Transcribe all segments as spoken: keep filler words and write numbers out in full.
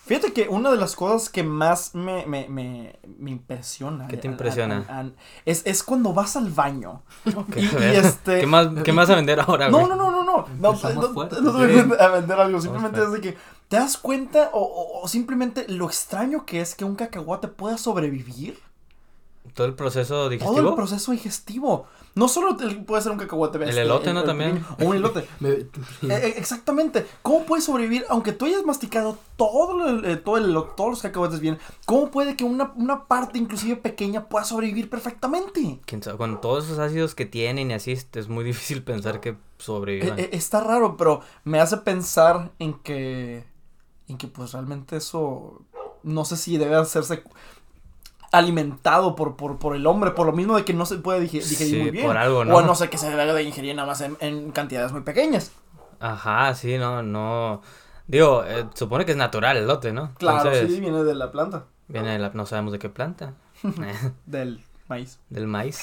Fíjate que una de las cosas que más me, me, me, me impresiona. ¿Qué te a- impresiona? a- a- es, es cuando vas al baño. ¿Qué, Y, y ves? este. ¿Qué más, ¿Qué más a vender ahora, güey? No, no, no, no, no. No, Empezamos no, fuerte. no te voy a vender algo. Vamos Simplemente fuerte. es de que te das cuenta o, o, o simplemente lo extraño que es que un cacahuate pueda sobrevivir. ¿Todo el proceso digestivo? Todo el proceso digestivo. No solo te- puede ser un cacahuate. El este, elote, ¿no? También. pequeño, o un elote. Me- Eh, eh, exactamente. ¿Cómo puedes sobrevivir aunque tú hayas masticado todo el, eh, todo el, todos los cacahuates bien? ¿Cómo puede que una, una parte inclusive pequeña pueda sobrevivir perfectamente? ¿Quién sabe? Con todos esos ácidos que tienen y así, es muy difícil pensar que Eh, sobrevivan. eh, está raro, pero me hace pensar en que en que pues realmente eso no sé si debe hacerse alimentado por, por, por el hombre, por lo mismo de que no se puede dig- digerir Sí, muy bien. por algo, ¿no? O no sé, que se debe de ingerir nada más en, en cantidades muy pequeñas. Ajá, sí, no, no. Digo, eh, supone que es natural el lote, ¿no? Claro, Entonces, sí, viene de la planta, viene de la, no sabemos de qué planta. Eh, del maíz. Del maíz.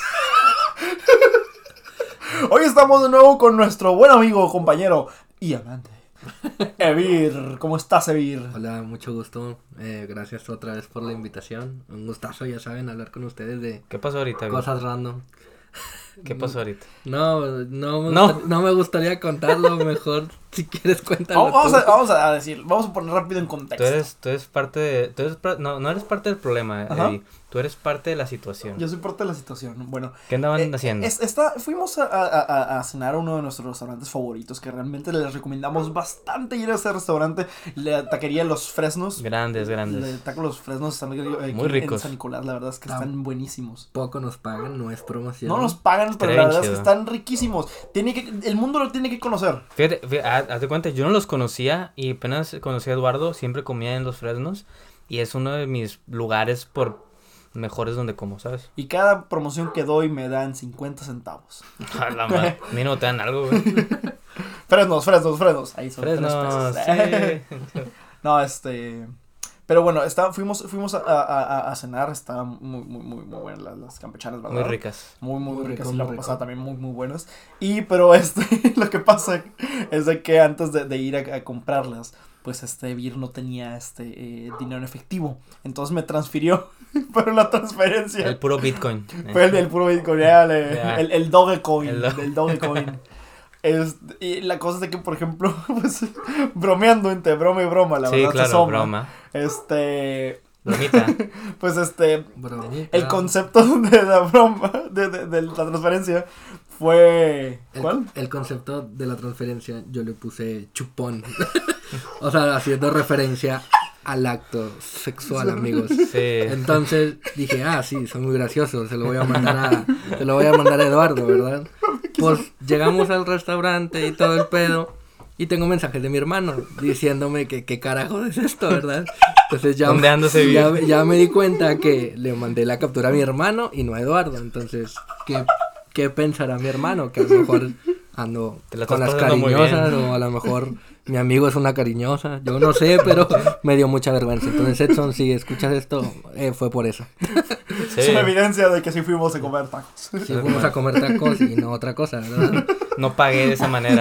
Hoy estamos de nuevo con nuestro buen amigo, compañero y amante, Evir. ¿Cómo estás, Evir? Hola, mucho gusto. Eh, gracias otra vez por la invitación. Un gustazo, ya saben, hablar con ustedes de ¿Qué pasó ahorita, güey? cosas random. ¿Qué pasó ahorita? No, no me, No. gusta- no me gustaría contarlo. Mejor, si quieres, cuéntalo. Vamos, vamos tú. a, vamos a decir, vamos a poner rápido en Tú contexto. eres, tú eres parte de, tú eres, pra- no, no eres parte del problema, Ajá. Eddie. Tú eres parte de la situación. Yo soy parte de la situación. Bueno, ¿Qué andaban eh, haciendo? es- esta- fuimos a, a- a- a cenar a uno de nuestros restaurantes favoritos, que realmente les recomendamos bastante ir a ese restaurante. La taquería Los Fresnos. Grandes, El grandes. taco Los Fresnos están aquí Muy ricos. en San Nicolás, la verdad es que Ah. están buenísimos. Poco nos pagan, no es promoción. No nos pagan, pero Estaría la bien verdad es que chido. están riquísimos. Tiene que, el mundo lo tiene que conocer. Fíjate, fíjate, haz haz de cuenta, yo no los conocía y apenas conocí a Eduardo, siempre comía en Los Fresnos y es uno de mis lugares por mejores donde como, ¿sabes? Y cada promoción que doy me dan cincuenta centavos. A la madre, a mí no te dan algo, güey. Fresnos, fresnos, fresnos. Ahí son tres Fresnos, pesos. sí. No, este. Pero bueno, está, fuimos, fuimos a, a, a- a cenar. Estaban muy, muy, muy, muy buenas las, las campechanas, ¿verdad? Muy ricas. Muy, muy, Muy ricas. rico, Y la muy pasada rico. también muy, muy buenas. Y, pero este, lo que pasa es de que antes de, de ir a, a comprarlas, pues este Vir no tenía este eh, dinero en efectivo. Entonces me transfirió. Pero la transferencia. El puro Bitcoin. Fue el, el puro Bitcoin, ya, le- Ya. el, el Dogecoin, El do- el Dogecoin. Es, y la cosa es de que, por ejemplo, pues, bromeando entre broma y broma, la Sí, verdad se claro, asoma. broma. Este, Bromita. pues este, Bromita. el concepto de la broma, de, de, de la transferencia, fue... El, ¿Cuál? el concepto de la transferencia yo le puse chupón. O sea, haciendo referencia al acto sexual, amigos. Sí. Entonces dije, ah, sí, son muy graciosos, se lo voy a mandar a, se lo voy a mandar a Eduardo, ¿verdad? Pues llegamos al restaurante y todo el pedo, y tengo mensajes de mi hermano diciéndome que qué carajo es esto, ¿verdad? Entonces ya, ¿Dónde ando ese ya, video? ya me di cuenta que le mandé la captura a mi hermano y no a Eduardo, entonces, ¿qué, qué pensará mi hermano? Que a lo mejor ando Te la con estás las pasando muy cariñosas, bien. o a lo mejor mi amigo es una cariñosa, yo no sé, pero me dio mucha vergüenza. Entonces, Edson, si escuchas esto, eh, fue por eso. Sí. Es una evidencia de que sí fuimos a comer tacos. Si fuimos a comer tacos y no otra cosa, ¿verdad? No pagué de esa manera.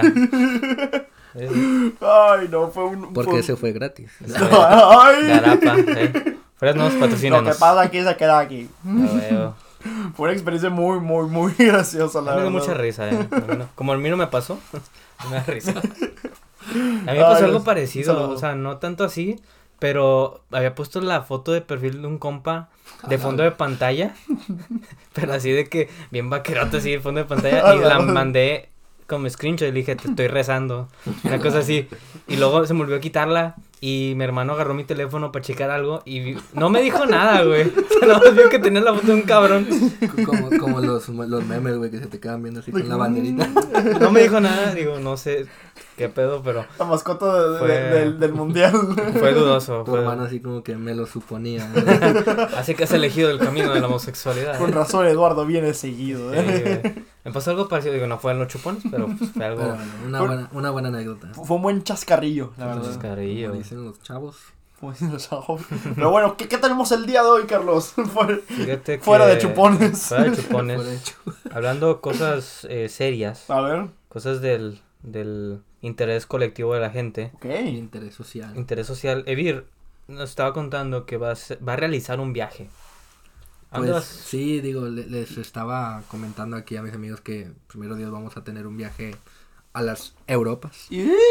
Eh, Ay, no, fue un... Porque fue... ese fue gratis. Ay. Garapa, eh. Fresnos, Lo patrocínanos. que pasa aquí se queda aquí. A huevo. Fue una experiencia muy, muy, muy graciosa, la A mí me verdad. da mucha risa, eh. Bueno, como a mí no me pasó, me da risa. A mí me Ay, pasó algo un parecido, saludo. o sea, no tanto así, pero había puesto la foto de perfil de un compa de fondo de pantalla, pero así de que bien vaquerote así de fondo de pantalla, y la mandé como screenshot y le dije, te estoy rezando, una cosa así, y luego se me olvidó quitarla, y mi hermano agarró mi teléfono para checar algo, y vi- no me dijo nada, güey, o sea, nada más vio que tenía la foto de un cabrón, Como, como los, los memes, güey, que se te quedan viendo así con la banderita. no me dijo nada, digo, no sé qué pedo, pero La mascota de- de- Fue- del, del mundial. fue dudoso, Tu fue- hermano así como que me lo suponía. ¿no? así que has elegido el camino de la homosexualidad. Con razón, Eduardo viene seguido. Sí, ¿eh? güey. Me pasó algo parecido, digo, no fue en los chupones, pero fue algo... Pero bueno, una buena, una buena anécdota. Fue un buen chascarrillo, la verdad. Chascarrillo. Como dicen los chavos. Como dicen los chavos. Pero bueno, ¿qué, ¿qué tenemos el día de hoy, Carlos? Fuera, Fíjate que... fuera de chupones. Fuera de chupones. Fuera de chu- Hablando cosas eh, serias, A ver. cosas del, del interés colectivo de la gente, Ok. Interés social. interés social. Evir, nos estaba contando que va a, ser- va a realizar un viaje. ¿A dónde Pues vas? sí, digo, le- les estaba comentando aquí a mis amigos que primero Dios vamos a tener un viaje a las Europas,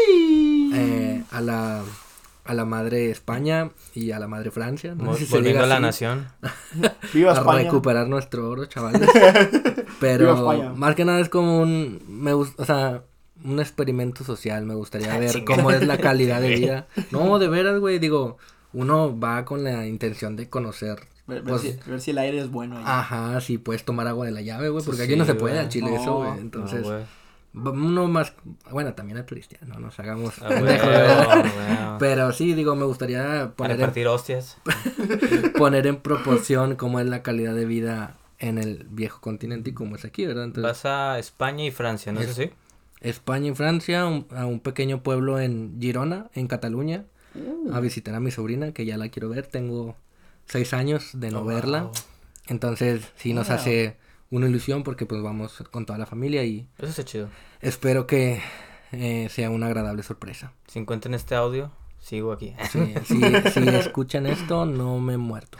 eh, a la a la madre España y a la madre Francia, no Mo- sé si se Volviendo diga a la así, nación. Viva a España. recuperar nuestro oro, chavales. Viva Pero España. más que nada es como un, me gus- o sea, un experimento social, me gustaría ver Chinga. cómo es la calidad de vida. No, de veras, güey, digo, uno va con la intención de conocer. Ver, ver Pues, si, ver si el aire es bueno. ahí. ajá, si puedes tomar agua de la llave, güey, porque Sí, aquí no se güey. puede al chile eso, No, güey. no, Entonces, No, güey. va- uno más, bueno, también al cristiano, no nos hagamos Ah, güey, pendejos, ¿verdad? güey. Pero sí, digo, me gustaría Para poner en, repartir hostias. poner en proporción cómo es la calidad de vida en el viejo continente y cómo es aquí, ¿verdad? Entonces, Vas a España y Francia, ¿no es Es- así? España y Francia, un- a un pequeño pueblo en Girona, en Cataluña, Uh. a visitar a mi sobrina, que ya la quiero ver, tengo seis años de no Oh, verla, wow. entonces sí nos Wow. hace una ilusión porque pues vamos con toda la familia y Eso está chido. espero que eh, sea una agradable sorpresa. Si encuentran este audio, sigo aquí. Sí, si, si escuchan esto, no me he muerto.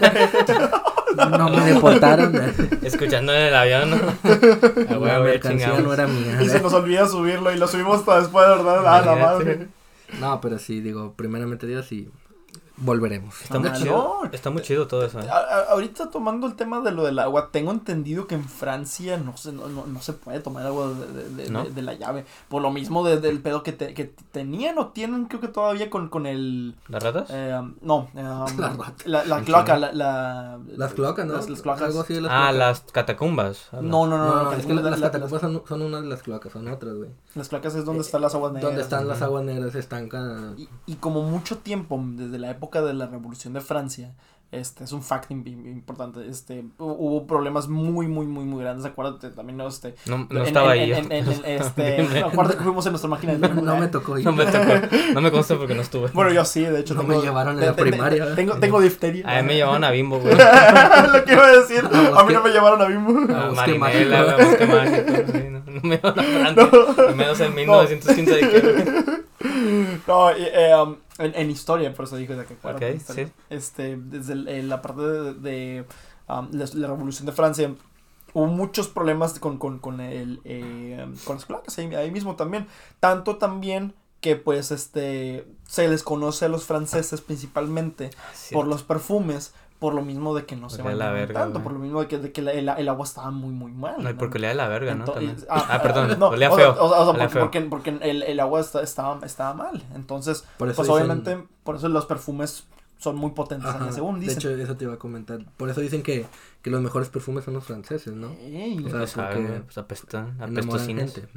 No me deportaron. Escuchando en el avión, ¿no? Ah, La güey, güey, mercancía chingamos. no era mía. Y se nos olvida subirlo y lo subimos hasta después, ¿verdad? Ah, la Imagínate. madre. No, pero sí, digo, primeramente Dios y volveremos. Está muy Ah, chido. no. Está muy chido todo eso. ¿eh? A- a- ahorita tomando el tema de lo del agua, tengo entendido que en Francia no se, no, no, no se puede tomar agua de, de- de- ¿No? de- de la llave. Por lo mismo de- del pedo que, te- que tenían o tienen, creo que todavía con, con el... ¿Las ratas? eh, no, eh, La rata. la, la En cloaca, China. la, la- Las cloacas, ¿no? Las, las cloacas. Algo así de las Ah, cloacas. las catacumbas. Ah, No, no, no, No, no, no, es que la- las la- catacumbas son, son unas de las cloacas, son otras, güey. las cloacas es donde están las aguas negras. Donde están las Ujú. aguas negras estancan. Y, y como mucho tiempo, desde la época de la Revolución de Francia, este es un fact im- im- importante, este hu- hubo problemas muy, muy, muy, muy grandes, acuérdate también, ¿no? Este, No, no en- estaba en- ahí. en- en- en- este, acuérdate que fuimos en nuestra máquina de No, no me tocó ir. No me tocó. No me consta porque no estuve. Bueno, yo sí, de hecho. No tengo, me llevaron en te- la te- te- primaria. Tengo, tengo difteria. A mí me llevaban a Bimbo, güey. Lo que iba a decir, Ah, a mí bosque- no me llevaron a Bimbo. Ah, A bosque Marinela, mágico. güey, bosque mágico. Sí, no, no me llevaban a Francia. Al menos en mil novecientos quince de qué, güey. No, y, eh, um, en, en historia, por eso digo de que acuérdate, Ok, en historia. sí. Este, desde el- eh, la parte de, de, um, la, la Revolución de Francia, hubo muchos problemas con, con, con el, eh, con las cloacas, ahí, ahí mismo también. Tanto también que, pues, este, se les conoce a los franceses principalmente Sí. por los perfumes, por lo mismo de que no se Olía la bañaban verga, tanto, güey. por lo mismo de que, de que la- el, el agua estaba muy, muy mal. No, y porque olía de la verga, ¿no? Ento- También. y- Ah, perdón, no, olía o feo. sea, o sea, o sea, olía porque, feo. porque, porque el, el agua está- estaba, estaba mal. Entonces, Por eso pues dicen- obviamente, por eso los perfumes son muy potentes, Ajá, según de dicen. hecho, eso te iba a comentar. Por eso dicen que, que los mejores perfumes son los franceses, ¿no? Ey, O sea, Ya saben, porque güey, pues apestan, Enamoran apestosines. gente.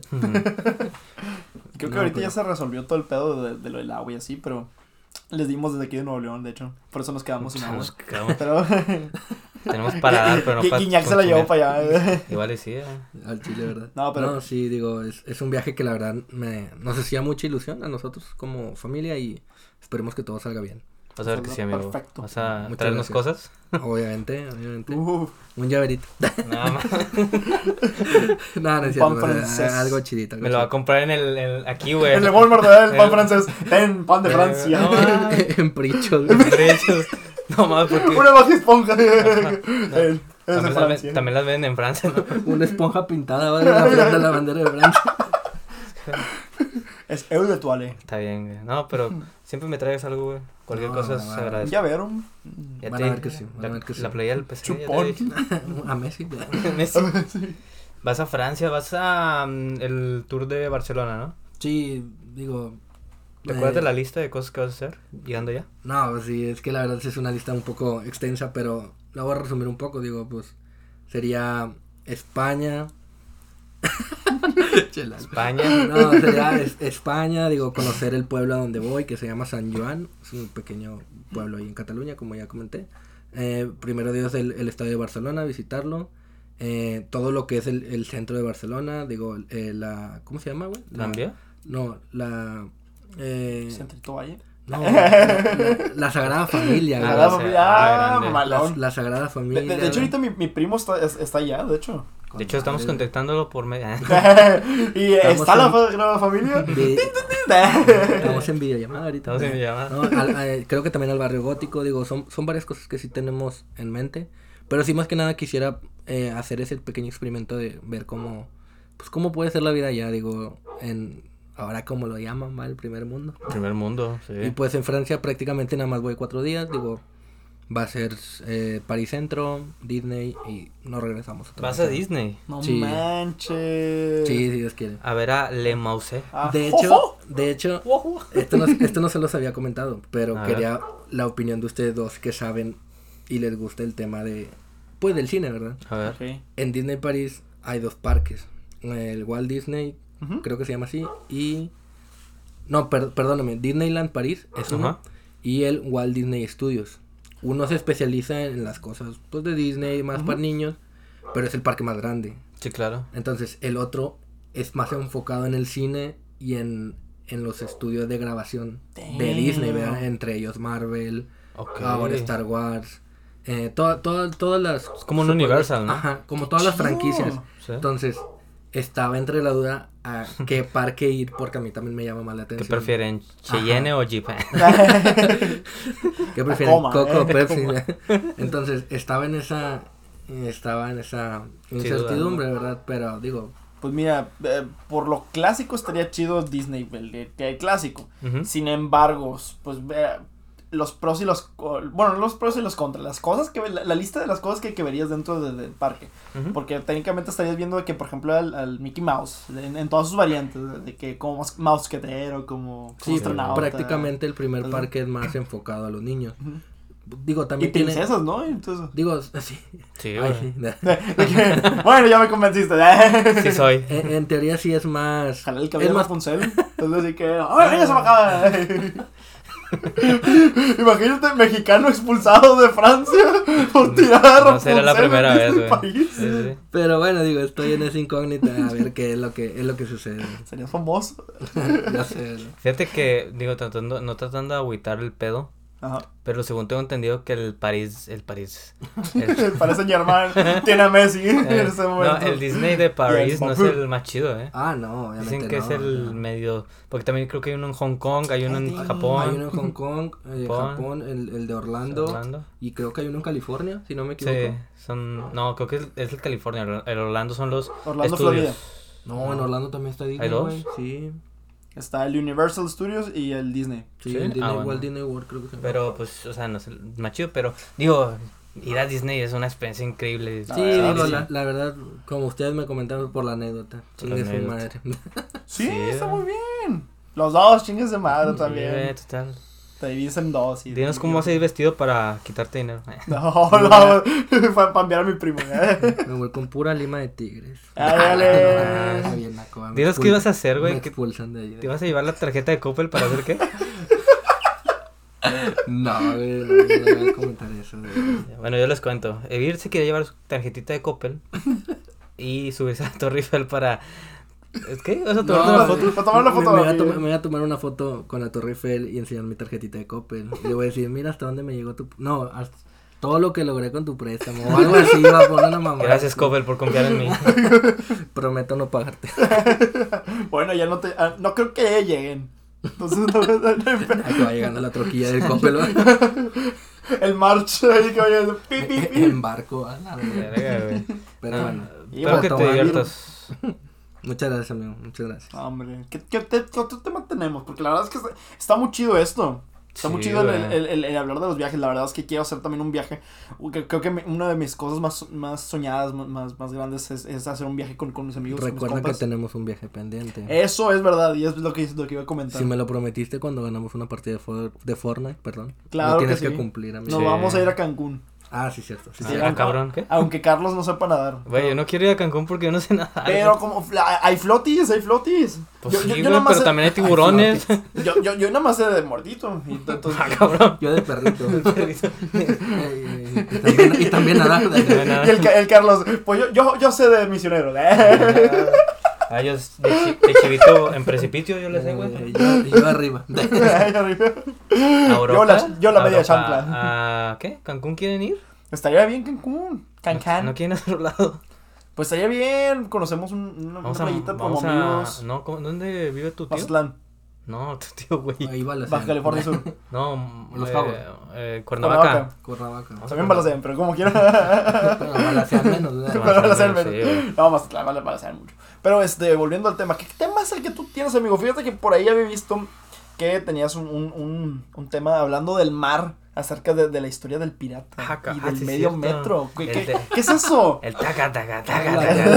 creo que no, ahorita pero- ya se resolvió todo el pedo de, de lo del agua y así, pero les dimos desde aquí de Nuevo León, de hecho. Por eso nos quedamos sin agua. Nos quedamos- Pero Tenemos para dar, pero no Gui- para Guiñac se la llevó para allá. Igual y sí, eh. Al Chile, ¿verdad? No, pero- No, sí, digo, es, es un viaje que la verdad me, nos hacía mucha ilusión a nosotros como familia y esperemos que todo salga bien. Vas a ver que sí, amigo. Perfecto. Vas a Muchas traernos gracias. cosas. Obviamente, obviamente. Uf, Un llaverito. Nada más. No, no es Un cierto. pan o sea, francés. algo chidito. algo Me lo va a chido. comprar en el, el- aquí, güey. en el Walmart, ¿verdad? El pan El- francés. Ten, pan de Eh, Francia. no, ah. En Prichos. De hecho, no más porque Una baja esponja. El- es de también, las Francia. ven- también las venden en Francia, ¿no? Una esponja pintada, ¿vale? En la frente de la bandera de Francia. Es Eau de Toilette. Está bien, güey. No, pero siempre me traes algo, güey. Cualquier No, cosa va, se va. agradece. Ya vieron. Ya Van te- a ver que sí, van a La, ver que sí. la playa del P S G, ya te Chupón. dije. A Messi. Messi. Sí. Vas a Francia, vas a mm, el tour de Barcelona, ¿no? Sí, digo. ¿Te eh, acuerdas de la lista de cosas que vas a hacer llegando ya? No, pues sí, es que la verdad sí es una lista un poco extensa, pero la voy a resumir un poco, digo, pues sería España. Chela. España. No, sería es- España, digo, conocer el pueblo a donde voy, que se llama San Joan, es un pequeño pueblo ahí en Cataluña, como ya comenté. Eh, primero Dios, el, el estadio de Barcelona, visitarlo. Eh, todo lo que es el, el centro de Barcelona, digo, eh, la... ¿Cómo se llama, güey? La- ¿Cambia? No, la... Eh, Centrito Valle. no, la, la- la Sagrada Familia, güey. Ah, la, la- La, la, ah, familia. Ah, grande. malón. la Sagrada De, Familia. de- de hecho, güey. ahorita mi, mi primo está, es- está allá, de hecho. Con De hecho, estamos madre. contactándolo por medio. y Estamos está la, en- fa- la familia. Vi- Estamos en videollamada ahorita. Estamos en videollamada. No, al- al- creo que también al barrio gótico, digo, son, son varias cosas que sí tenemos en mente. Pero sí, más que nada quisiera eh, hacer ese pequeño experimento de ver cómo, pues cómo puede ser la vida allá, digo, en ahora como lo llaman, ¿va? El primer mundo. Primer mundo, sí. Y pues en Francia prácticamente nada más voy cuatro días, digo, va a ser eh, París Centro, Disney y no regresamos otra Vas vez. a Disney. No Sí. manches. Sí, si Dios quiere. A ver a Le Mouse. Ah, De ojo. hecho, de hecho, Ojo. esto no, esto no se los había comentado, pero A quería la opinión de ustedes dos que saben y les gusta el tema de, pues del cine, ¿verdad? A ver. Ok. En Disney París hay dos parques, el Walt Disney, Ujú. creo que se llama así, y, no, per- perdóname, Disneyland París es uno, Ajá. y el Walt Disney Studios. Uno se especializa en las cosas, pues, de Disney, más Ujú. para niños, pero es el parque más grande. Sí, claro. Entonces, el otro es más enfocado en el cine y en, en los estudios de grabación de Damn. Disney, ¿verdad? Entre ellos Marvel, Ok. ahora Star Wars, eh, toda- toda- todas las... Es como un Universal, ¿no? Ajá, como todas las chido. franquicias. Sí. Entonces, estaba entre la duda a qué parque ir, porque a mí también me llama más la ¿Qué atención. prefieren? ¿Cheyenne Ajá. o Jeep? ¿Qué prefieren? Tacoma, Coco o eh, Pepsi. Tacoma. Entonces, estaba en esa... Estaba en esa Sí, duda, incertidumbre, ¿verdad? Pero, digo... Pues mira, eh, por lo clásico estaría chido Disney, el, el- el clásico. Ujú. Sin embargo, pues eh, los pros y los... co- Bueno, los pros y los contras. Las cosas que... ve- La, la lista de las cosas que, que verías dentro de- del parque. Ujú. Porque técnicamente estarías viendo de que, por ejemplo, al, al Mickey Mouse, en, en todas sus variantes, de, de que como mos- mosquetero, como, como Sí, astronauta. prácticamente el primer Ajá. parque es más enfocado a los niños. Ujú. Digo, Y también tiene... princesas, ¿no? Entonces... Digo, sí. Sí, Ay, güey. sí. de que, bueno, ya me convenciste. Sí soy. En, en teoría sí es más... Jalar el es cabello de más Rapunzel. Entonces así que... ¡Ay, venga, se me acaba! Imagínate, mexicano expulsado de Francia por tirar a No Rapunzel será la primera en vez, este güey. país. Sí, sí. Pero bueno, digo, estoy en esa incógnita a ver qué es lo que es lo que sucede. Serías famoso. No sé. Fíjate que, digo, tratando, no tratando de agüitar el pedo, Ajá. pero según tengo entendido que el París, el París, el, Parece Germán. Tiene a Messi en eh, ese no, momento. el Disney de París Y el no es Babu. el más chido, eh. Ah, no, obviamente Dicen que no, es el no. medio, porque también creo que hay uno en Hong Kong, hay uno en Ay, Japón, Hay uno en Hong Kong, eh, Japón. Japón, el, el de Orlando, Orlando. y creo que hay uno en California, si no me equivoco. Sí, son, no, creo que es, es el California, el el Orlando son los Orlando, estudios. Florida. No, en Orlando también está Disney, dos? güey. Sí, Está el Universal Studios y el Disney. sí, ¿Sí? el Disney, Ah, Walt bueno. Disney World creo que se llama. Pero pues, o sea, no es el más chido, pero digo, ir a Disney es una experiencia increíble. Sí, Ah, digo, sí. la, la verdad, como ustedes me comentaron por la anécdota. Por la Chingue su anécdota. madre. Sí, Sí, está eh. muy bien. Los dos, chingues de madre Sí, también. güey, total. Te divides en dos. Y Dinos cómo vas a ir vestido para quitarte dinero. No, no, para cambiar a mi primo. ¿eh? Me voy con pura lima de tigres. Ay, dale. Ah, bien naco, me Dinos qué expul- ibas a hacer, güey. Me ¿Qué- expulsan de ahí. ¿Te ibas a llevar la tarjeta de Coppel para hacer qué? No, güey, no, no voy a comentar eso. güey. Bueno, yo les cuento. Evir se quería llevar su tarjetita de Coppel y subirse a la Torre Eiffel para... ¿Es qué? ¿Vas a tomarte No, una foto? Para tomar la Me- me, foto. voy a toma- me voy a tomar una foto con la Torre Eiffel y enseñar mi tarjetita de Coppel. Y le voy a decir, mira hasta dónde me llegó tu... No, hasta todo lo que logré con tu préstamo. O algo así, va a poner una mamá. Gracias, Coppel, por confiar en mí. Prometo no pagarte. Bueno, ya no te. ah, no creo que lleguen. Entonces, no, Ahí que va llegando la troquilla del Coppel. ¿va? el march ahí que vaya. Pi, pi, pi. En barco. a la verga. Verga, güey. Pero bueno. Y Espero que bueno, te tomar- diviertas. Muchas gracias, amigo. Muchas gracias. Ah, hombre, ¿qué, qué, te- qué otro tema tenemos? Porque la verdad es que está, está muy chido esto. Está muy Sí, chido el, güey. el, el- el hablar de los viajes. La verdad es que quiero hacer también un viaje. Que- Creo que me- una de mis cosas más, más soñadas, más, más grandes es, es hacer un viaje con, con mis amigos. con mis Recuerda que compas. tenemos un viaje pendiente. Eso es verdad y es lo que, lo que iba a comentar. Si me lo prometiste cuando ganamos una partida de, For- de Fortnite, perdón. Claro lo tienes que que, sí. cumplir, amigo. Nos Sí. vamos a ir a Cancún. Ah, sí, cierto. Sí, Ah, cierto. ah, cabrón, ¿qué? Aunque Carlos no sepa nadar. Güey, yo no quiero ir a Cancún porque yo no sé nadar. Pero como fla- hay flotis, hay flotis. Pues Yo- sí, yo- yo güey, nada más pero sé- también hay tiburones. Yo, yo, yo nada más sé de mordito. Y t- entonces, Ah, cabrón. Yo de perrito. Eh, y, también, y también nadar. y el, Ca- el Carlos, pues yo, yo, yo sé de misionero. Ah, yo de, chi- de chivito en precipicio yo le sé, güey. Eh, yo, yo arriba. A Europa, Yo la- yo la a media Europa, chancla. ¿A qué? ¿Cancún quieren ir? Estaría bien Cancún. Cancán. No quieren a otro lado. Pues estaría bien, conocemos un, una, Vamos una a, playita como vamos a, amigos. no, ¿cómo- ¿dónde vive tu tío? Mazatlán, No, tu tío, güey. Ahí va la Baja California Sur. No, Los eh, Cabos. eh, Cuernavaca. Cuernavaca. También balacean, pero como quiera. Pero balacean menos, ¿verdad? Pero balacean Sí, menos. güey. No, Mazatlán vale balacean mucho. Pero este, volviendo al tema, ¿qué tema es el que tú tienes, amigo? Fíjate que por ahí había visto que tenías un, un, un, un tema hablando del mar, acerca de, de la historia del pirata Ah, ca- y ah, del sí, medio cierto. metro. ¿Qué, El qué, de- ¿qué es eso? El taca, taca, taca, taca,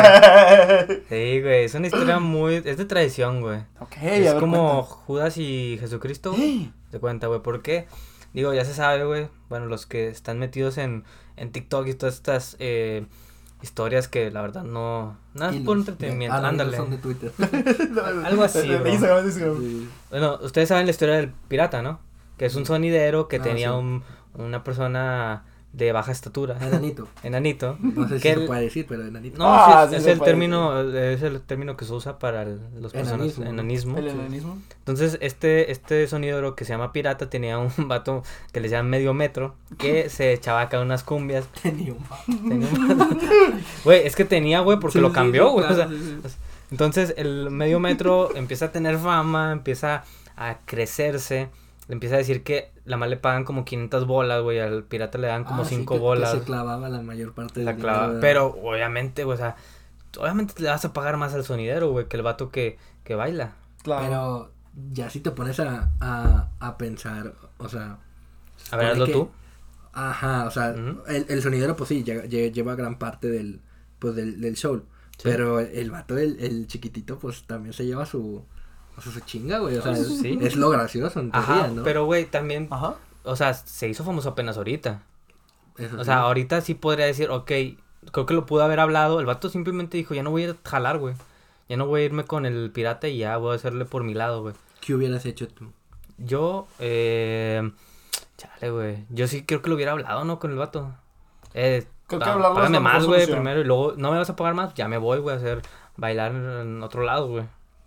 taca. Sí, güey, es una historia muy, es de tradición, güey. Ok, a Es ver, como cuenta. Judas y Jesucristo, güey. Te cuenta, güey, ¿por qué? Digo, ya se sabe, güey, bueno, los que están metidos en, en TikTok y todas estas eh, historias que la verdad no, nada es Hilos. por entretenimiento, Ah, no, ándale. no son de Twitter. Algo así, De- de bro. Instagram, de Instagram. Sí. Bueno, ustedes saben la historia del pirata, ¿no? Que es un sonidero que Ah, tenía sí. un, una persona de baja estatura, Enanito. enanito. No sé si Que se el- puede decir, pero enanito. No, Ah, sí, sí es se el puede término, es el término que se usa para el- las personas Enanismo. enanismo. El enanismo. Entonces, este, este sonidero que se llama pirata tenía un vato que le llaman medio metro, que se echaba acá unas cumbias. Tenía un bajo. Tenía un- Güey, es que tenía, güey, porque Sí, lo sí, cambió, sí, güey. claro, o sea, sí, sí. entonces, el medio metro empieza a tener fama, empieza a crecerse. Le empieza a decir que la más le pagan como quinientas bolas, güey. Al pirata le dan como Ah, sí, cinco que- que bolas. se clavaba la mayor parte del La dinero, clava. ¿verdad? Pero, obviamente, güey, o sea, obviamente le vas a pagar más al sonidero, güey, que el vato que, que baila. Claro. Pero ya si te pones a, a, a pensar, o sea... A ver, supone hazlo que- tú. Ajá, o sea, Ujú. el, el sonidero pues sí, lle- lle- lleva gran parte del, pues del, del show. Sí. Pero el, el vato, el, el chiquitito, pues también se lleva su, o sea, su chinga, güey. O sea, es, Sí. es lo gracioso en teoría, Ajá, ¿no? pero, güey, también, Ajá. o sea, se hizo famoso apenas ahorita. Eso O sí. sea, ahorita sí podría decir, ok, creo que lo pudo haber hablado. El vato simplemente dijo, ya no voy a ir a jalar, güey. Ya no voy a irme con el pirata y ya voy a hacerle por mi lado, güey. ¿Qué hubieras hecho tú? Yo, eh... Chale, güey. Yo sí creo que lo hubiera hablado, ¿no? Con el vato. Eh, Creo que pa- hablarlo es págame la mejor más, güey, solución. primero. Y luego, no me vas a pagar más, ya me voy, güey, a hacer bailar en otro lado, güey.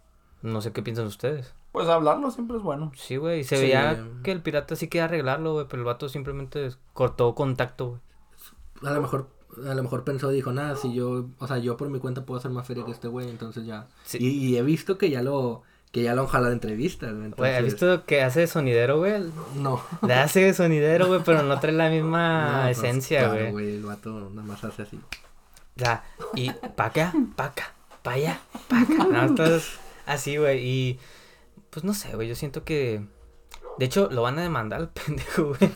No sé qué piensan ustedes. Pues hablarlo siempre es bueno. Sí, güey. Y se Sí. veía que el pirata sí quería arreglarlo, güey. Pero el vato simplemente cortó contacto, güey. A lo mejor, a lo mejor pensó, dijo, nada, si yo, o sea, yo por mi cuenta puedo hacer más feria que este güey, entonces ya. Sí. Y, y he visto que ya lo, que ya lo han jalado de entrevistas, güey. Güey, ¿has entonces- visto que hace sonidero, güey? No. Le hace sonidero, güey, pero no trae la misma No, pues, esencia, claro, güey. güey. El vato nada más hace así. O sea, y pa' acá, pa' acá, pa' allá, pa' acá. No, entonces, así, güey. Y, pues no sé, güey, yo siento que... De hecho, lo van a demandar al pendejo, güey.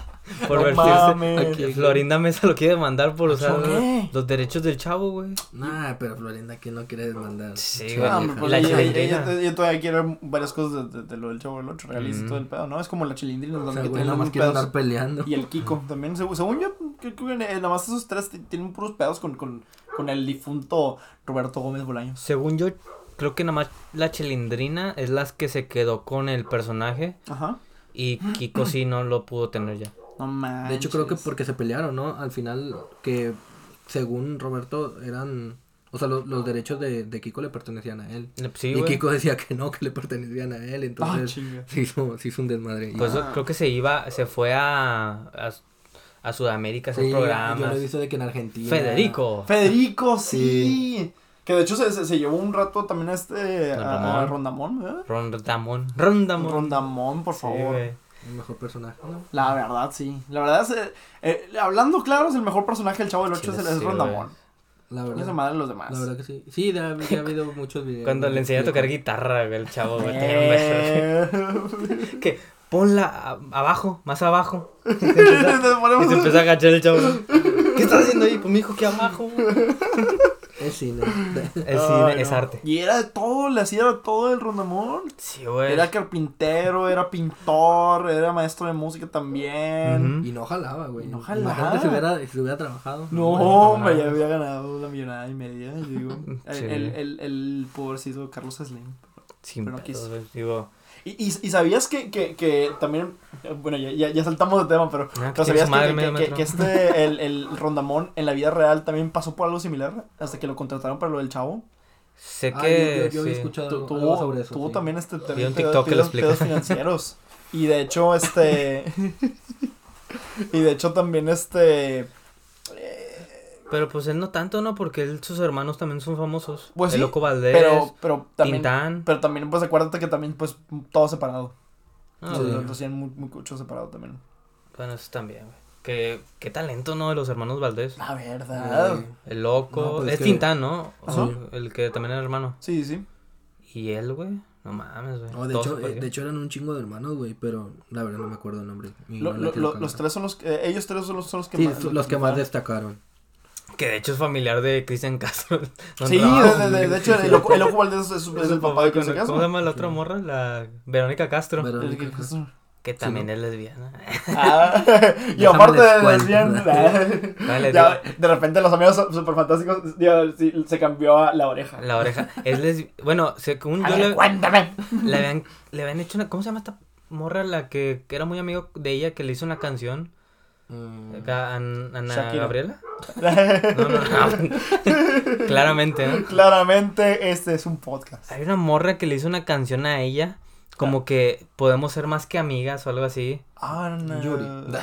Por No vestirse. mames. Aquí. Florinda Mesa lo quiere demandar por usar ¿Por qué? los derechos del chavo, güey. Nah, pero Florinda, ¿quién no quiere desmandar? Sí, Che, güey. Ah, vieja. pues la ella, chilindrina. ella- ella todavía quiere varias cosas de, de- de lo del Chavo del Ocho, realiza Mm. todo el pedo, ¿no? Es como la chilindrina, O donde sea, que güey, tiene nada más unos quiere pedos. andar peleando. Y el Kiko también, según, según yo, creo que eh, nada más esos tres t- tienen puros pedos con, con, con el difunto Roberto Gómez Bolaños. Según yo, creo que nada más la chilindrina es la que se quedó con el personaje. Ajá. Y Kiko sí no lo pudo tener ya. No manches. De hecho, creo que porque se pelearon, ¿no? Al final, que según Roberto eran... O sea, lo- los derechos de, de Kiko le pertenecían a él. Sí, y güey. Kiko decía que no, que le pertenecían a él. Ah, Entonces, chinga. se, hizo, se hizo un desmadre. Y- Pues Ah. creo que se iba, se fue a, a, a Sudamérica a hacer Sí, yo programas. lo he visto de que en Argentina... Federico. Federico, sí. Sí. Que de hecho se, se, se llevó un rato también a este. Don A, Ramón. a Rondamón, ¿verdad? Rondamón. Rondamón. Rondamón, por Sí, favor. güey. El mejor personaje, ¿no? La verdad, sí. La verdad es. eh, eh, hablando claro, es el mejor personaje del Chavo del Ocho, Sí, es, el- es sí, Rondamón. La Y esa verdad. madre de los demás. La verdad que sí. Sí, ya, ya ha habido muchos videos. Cuando güey, le enseñé a de- tocar guitarra, güey, el chavo, güey. tenía un beso. Eh... Que ponla a- abajo, más abajo. Y se empieza, Nos y ponemos- se empieza a agachar el chavo. ¿Qué estás haciendo ahí? Pues me dijo que abajo. Es cine. El Ay, cine es no. arte. Y era de todo, le hacía de todo el Rondamón. Sí, güey. Era carpintero, era pintor, era maestro de música también. Ujú. Y no jalaba, güey. Y no jalaba. Imagínate si hubiera, si hubiera trabajado. No, Bueno, hombre, no, ya no. había ganado la millonada y media, yo digo. El, Sí. el, el, el pobrecito Carlos Slim. Sin pero pedos, quiso. güey, digo, Y, y, y sabías que, que, que también, eh, bueno, ya, ya, ya saltamos de tema, pero, Ah, pero que tiene sabías su madre que, el medio que, que, metro. que este, el, el Rondamón en la vida real también pasó por algo similar, hasta que lo contrataron para lo del Chavo. sé Ah, que yo, yo, yo había sí. escuchado Tu- algo, tuvo, algo sobre eso. tuvo sí. también este Vi también un pedos- TikTok que lo pedos- explica. pedos financieros. Y de hecho, este. y de hecho, también este. eh, Pero pues él no tanto, ¿no? Porque él, sus hermanos también son famosos. Pues el sí, Loco Valdés, pero, pero también, Tintán. pero también, pues acuérdate que también, pues, todo separado. Ah, Sí, bueno. lo hacían muy, muy mucho separado también. Bueno, eso también, güey. Qué, qué talento, ¿no? De los hermanos Valdés. La verdad. Güey. El Loco. No, pues es que- Tintán, ¿no? Ajá. Sí, el que también era hermano. Sí, sí. Y él, güey. No mames, güey. No, de Todos hecho, se eh, parecían. de hecho eran un chingo de hermanos, güey, pero la verdad no me acuerdo el nombre. Mi Lo- mamá lo- la quiero lo- cagar. los tres son los que, eh, ellos tres son los, son los que Sí, más. los que más de destacaron. Que de hecho es familiar de Cristian Castro. Sí, No, de, de, de hecho, el Loco, el Loco Valdés es, es, es el papá de con- Cristian Castro. ¿Cómo se llama la otra morra? La Verónica Castro. Pero- El que Castro. Que también ¿no? es lesbiana. Ah, y Déjame aparte les de cuento. lesbiana, Vale, ya, de repente los amigos super fantásticos, digo, sí, se cambió a la oreja. La oreja. Es lesbi... Bueno, según A yo ver, le, cuéntame. le habían, le habían hecho una... ¿Cómo se llama esta morra? La que, que era muy amigo de ella, que le hizo una canción. Mm, Acá, An- Ana Shakira. Gabriela. No, no, no. Claramente, ¿no? Claramente este es un podcast. Hay una morra que le hizo una canción a ella. Como que podemos ser más que amigas o algo así. Ana. Yuri.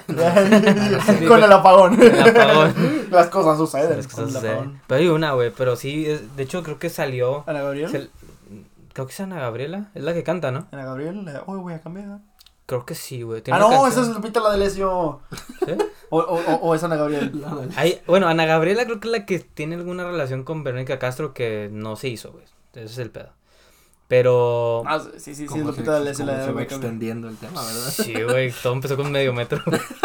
Con el apagón. El apagón. Las cosas suceden. Es que con eso el sucede. apagón. Pero hay una, güey. Pero sí, es- de hecho creo que salió. Ana Gabriel. se- creo que es Ana Gabriela. Es la que canta, ¿no? Ana Gabriel. eh, Hoy voy a cambiar. Creo que sí, güey. Ah, Tiene no, una esa canción. es Lupita la Delesio. ¿Sí? O, o, o, o es Ana Gabriel. Hay, bueno, Ana Gabriela creo que es la que tiene alguna relación con Verónica Castro que no se hizo, güey. Ese es el pedo. Pero... Ah, sí, sí, sí, es Cómo se- Lupita la Delesio. cómo La se va de Cambiar. extendiendo el tema, ¿verdad? Sí, güey. Todo empezó con medio metro.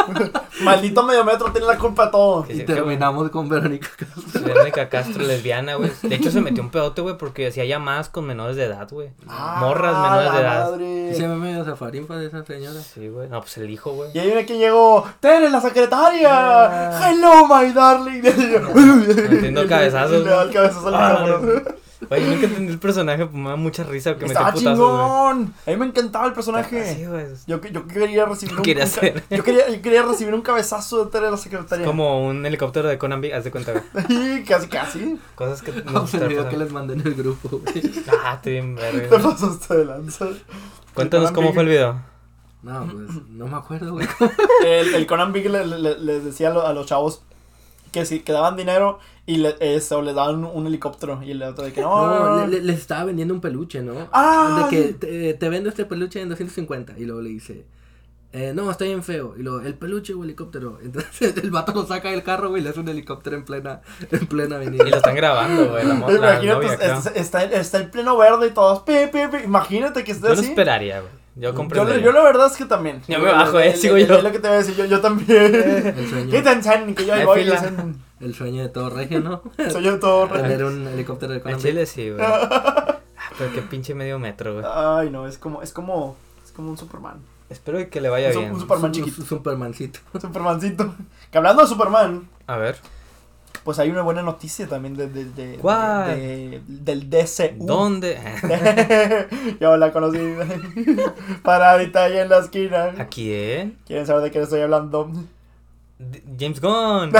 Maldito medio metro tiene la culpa de todo. Que Y sí, terminamos con Verónica Castro. Verónica Castro, lesbiana, güey. De hecho, se metió un pedote, güey, porque hacía llamadas con menores de edad, güey. Ah, Morras menores la de edad. madre. Y se me medio zafarinfa de esa señora. Sí, güey. No, pues el hijo, güey. Y ahí viene quien llegó. ¡Ten, la secretaria! Ah. ¡Hello, my darling! Metiendo cabezazos, Le da el cabezazo al Ah, micrófono. Güey, yo nunca entendí el personaje, pues me da mucha risa que Estaba metió putazos, güey. chingón. A mí me encantaba el personaje. Sí, güey. Yo, yo quería recibir un, Quería un ca- ser. yo quería, yo quería recibir un cabezazo de Tere de la secretaria. Es como un helicóptero de Conan Big, haz de cuenta, güey. Sí, casi, casi. Cosas que no Vamos se el te video que pasan. les mandé en el grupo, güey. Ah, estoy bien verga, Te güey. pasaste de lanza. Cuéntanos El cómo Conan fue el video. No, pues no me acuerdo, güey. El, el Conan Big le, le- les decía a, lo- a los chavos que si que daban dinero y le, eso, les daban un, un helicóptero. Y el otro de que no. No, le- le- les estaba vendiendo un peluche, ¿no? Ah, De que te, te vendo este peluche en doscientos cincuenta. Y luego le dice, eh, no, está bien feo. Y luego, el peluche o helicóptero. Entonces el vato lo saca del carro, güey, y le hace un helicóptero en plena, en plena avenida. Y lo están grabando, güey. La, mo- la Imagínate, novia, creo. está, está, está en pleno verde y todos. Pi, pi, pi. Imagínate que esté Yo lo así. esperaría, güey. Yo Yo, comprendo. yo la verdad es que también. Yo me bajo, eh, sigo yo. Es lo que te voy a decir, yo, yo también. El sueño, Quítense, que yo ahí Hay voy. fila. dicen, el sueño de todo regio, ¿no? Soy yo todo re- Tener un helicóptero de En Conan. Chile sí, güey. Ah, pero qué pinche medio metro, güey. Ay, no, es como, es como, es como un Superman. Espero que le vaya Es un- bien. un Superman Un chiquito. su- Supermancito. Un Supermancito. Que hablando de Superman, A ver. pues hay una buena noticia también de, de, de, ¿Cuál? de- del D C U. ¿Dónde? Yo la conocí. Paradita ahí en la esquina. ¿A quién? ¿Quieren saber de qué estoy hablando? D- James Gunn.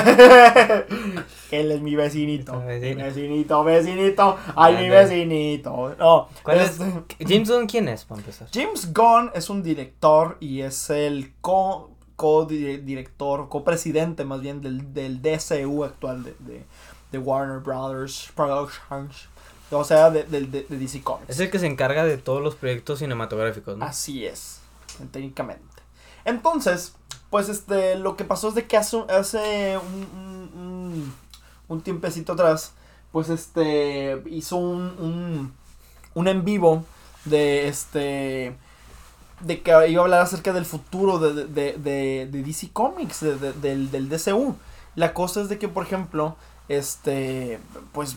Él es mi vecinito. Mi Mi vecino. vecinito, vecinito. Ay, mi Grande. vecinito. No, ¿Cuál es? este- James Gunn, ¿quién es, para empezar? James Gunn es un director y es el co, co-director, copresidente más bien del, del D C U actual de, de, de Warner Brothers Productions. O sea, de, de, de, de D C Comics. Es el que se encarga de todos los proyectos cinematográficos, ¿no? Así es, técnicamente. Entonces, pues este, lo que pasó es de que hace, hace un, un, un, un tiempecito atrás, pues este, hizo un, un, un en vivo de este, de que iba a hablar acerca del futuro de, de, de, de D C Comics, de, de, del, del D C U. La cosa es de que, por ejemplo, este, pues,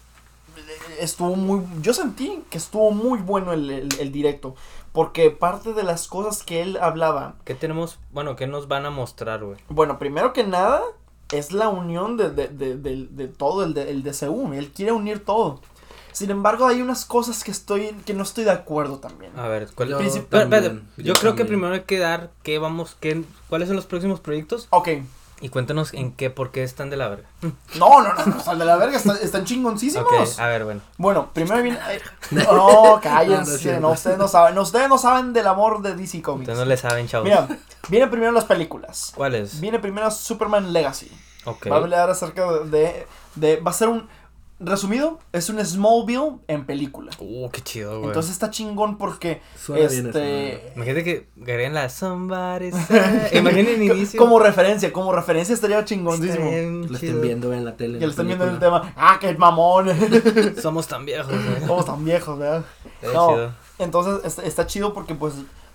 estuvo muy, yo sentí que estuvo muy bueno el, el, el directo, porque parte de las cosas que él hablaba, ¿Qué tenemos? Bueno, ¿qué nos van a mostrar, güey? bueno, primero que nada, es la unión de, de, de, de, de todo el, de, el D C U, él quiere unir todo. Sin embargo, hay unas cosas que estoy, que no estoy de acuerdo también. A ver, ¿cuál Yo Pero, también, espérate, yo yo creo que también. primero hay que dar qué vamos, qué, cuáles son los próximos proyectos Ok, y cuéntanos en qué, por qué están de la verga. no, no, no, no, sal de la verga, están, están chingoncísimos. Ok, a ver, bueno. Bueno, primero viene... No, no, No, no es cállense, cierto. no, ustedes no saben, no, ustedes no saben del amor de D C Comics. Ustedes no le saben, chavos. Mira, vienen primero las películas. ¿Cuáles? Viene primero Superman Legacy. Ok. Va a hablar acerca de, de, de... Va a ser un... Resumido, es un Smallville en película. Uh, qué chido, güey. Entonces está chingón porque... Suena bien este... eso, Imagínate que agreguen la Somebody Say. Imaginen el inicio. Como referencia, como referencia estaría chingoncísimo. Está bien Lo chido. estén viendo en la tele. Que en le estén la viendo en el película. tema. Ah, qué mamón. Somos tan viejos, güey. Somos tan viejos, ¿verdad? Está No, chido. entonces está, está chido porque pues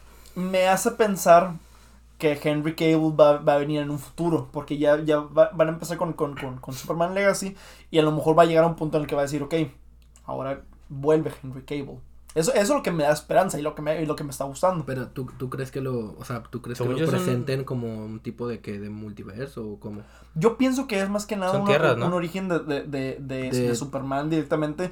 me hace pensar que Henry Cavill va, va a venir en un futuro, porque ya, ya va- van a empezar con, con, con, con Superman Legacy y a lo mejor va a llegar a un punto en el que va a decir, ok, ahora vuelve Henry Cavill. Eso, eso es lo que me da esperanza y lo que me, y lo que me está gustando. Pero ¿tú, tú crees que lo, o sea, tú crees Según que yo lo son- presenten como un tipo de que de multiverso o cómo? Yo pienso que es más que nada Son una- tierras, un, ¿no? un origen de, de, de, de, De- de Superman directamente.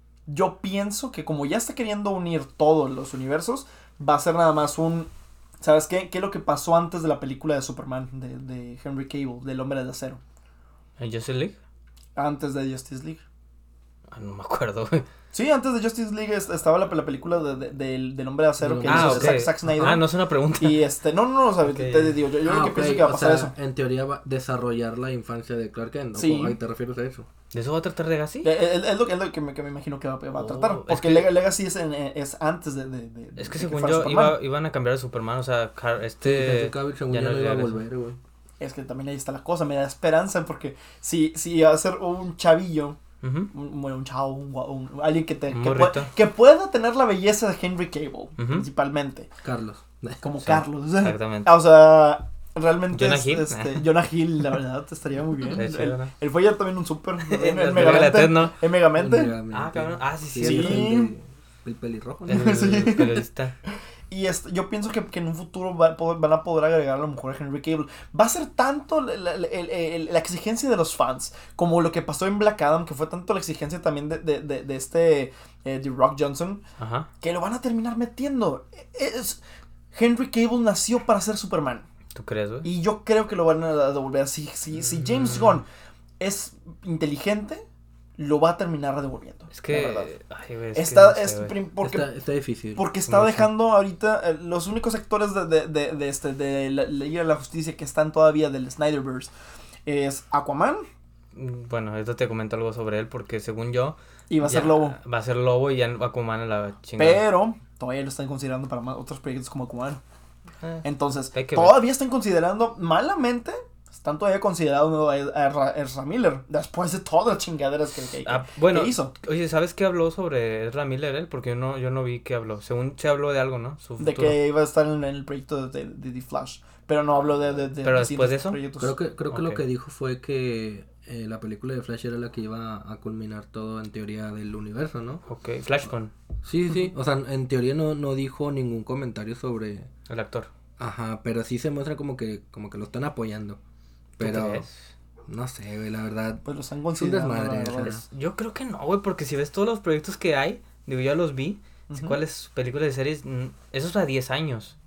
Yo pienso que como ya está queriendo unir todos los universos, va a ser nada más un... ¿Sabes qué? ¿Qué es lo que pasó antes de la película de Superman, de, de Henry Cavill, del Hombre de Acero? ¿En Justice League? Antes de Justice League. Ah, no me acuerdo, güey. Sí, antes de Justice League es- estaba la, la película de, de- del, del Hombre de Acero que Ah, hizo ok. Zack, Zack Snyder. Ah, no es una pregunta. Y este, no, no, no, o sea, Ok. te, te digo, yo, yo Ah, lo que ok, pienso que va a o pasar sea, eso. en teoría va a desarrollar la infancia de Clark Kent, ¿no? Sí. Ahí te refieres a eso. ¿De eso va a tratar Legacy? Eh, Es, es lo, que- es lo que, me, que me imagino que va, va a Oh, tratar. es Porque que- Leg- Legacy es, en- es antes de, de, de- Es que de según fuera yo Superman. iba, iban a cambiar a Superman, o sea, Car- Sí, este... Henry Cavill, según ya yo no no iba a regresa. volver, güey. Es que también ahí está la cosa, me da esperanza porque si, si va a ser un chavillo, Ujú. un, bueno, un chavo, un, gua- un- alguien que, te, Un que, morrito. pue- que pueda tener la belleza de Henry Cavill, principalmente, Carlos. como Sí, Carlos. exactamente. O sea, realmente Jonah es- Hill. este, Jonah Hill, la verdad, estaría muy bien. Estaría chido, Él, ¿no? él fue ya también un súper en, en Las Megamente. Megalates, ¿no? En Megamente. Megamente. Ah, cabrón. Ah, sí, Sí, sí. Sí. El, de- el pelirrojo, ¿no? El Sí. periodista. Y este, yo pienso que, que en un futuro va a poder- van a poder agregar a lo mejor a Henry Cavill. Va a ser tanto la, la- la- el- el- la exigencia de los fans como lo que pasó en Black Adam, que fue tanto la exigencia también de, de, de, de este eh, The Rock Johnson, Ajá. que lo van a terminar metiendo. Es, Henry Cavill nació para ser Superman. ¿Tú crees, güey? Y yo creo que lo van a devolver. Si, si, si James Mm. Gunn es inteligente, lo va a terminar devolviendo. Es la que... verdad. Ay, güey, es que Está, no sé, es güey. prim- porque Está, está difícil. porque está Mucho. dejando ahorita eh, los únicos actores de, de, de, de este de la Liga de la Justicia que están todavía del Snyderverse es Aquaman Mm, Bueno, esto te comento algo sobre él porque según yo... y va a ser ya Lobo. Va a ser Lobo y ya Aquaman a la chingada. Pero todavía lo están considerando para más, otros proyectos como Aquaman. Eh, Entonces, Hay que ver. todavía están considerando malamente. Están todavía considerando a, a, Ra- a Ezra Miller después de todas las chingaderas que, que, ah, bueno, que hizo. oye, ¿sabes qué habló sobre Ezra Miller él? Porque yo no, yo no vi qué habló. Según se habló de algo, ¿no? Su De futuro. que iba a estar en, en el proyecto de, de, de The Flash. Pero no habló de, de, de Pero recientes después de eso, proyectos. Creo que, creo que Ok. lo que dijo fue que eh, la película de Flash era la que iba a culminar todo en teoría del universo, ¿no? Ok, Flashpoint, Sí, sí, o sea, en teoría no, no dijo ningún comentario sobre... el actor. Ajá, pero sí se muestra como que, como que lo están apoyando. ¿Tú Pero, crees? no sé, güey, la verdad. Pues lo están un considerando. desmadre, la o sea. verdad. Es- yo creo que no, güey, porque si ves todos los proyectos que hay, digo, ya los vi, Ujú. ¿cuáles películas de series? Mm, Eso es a diez años.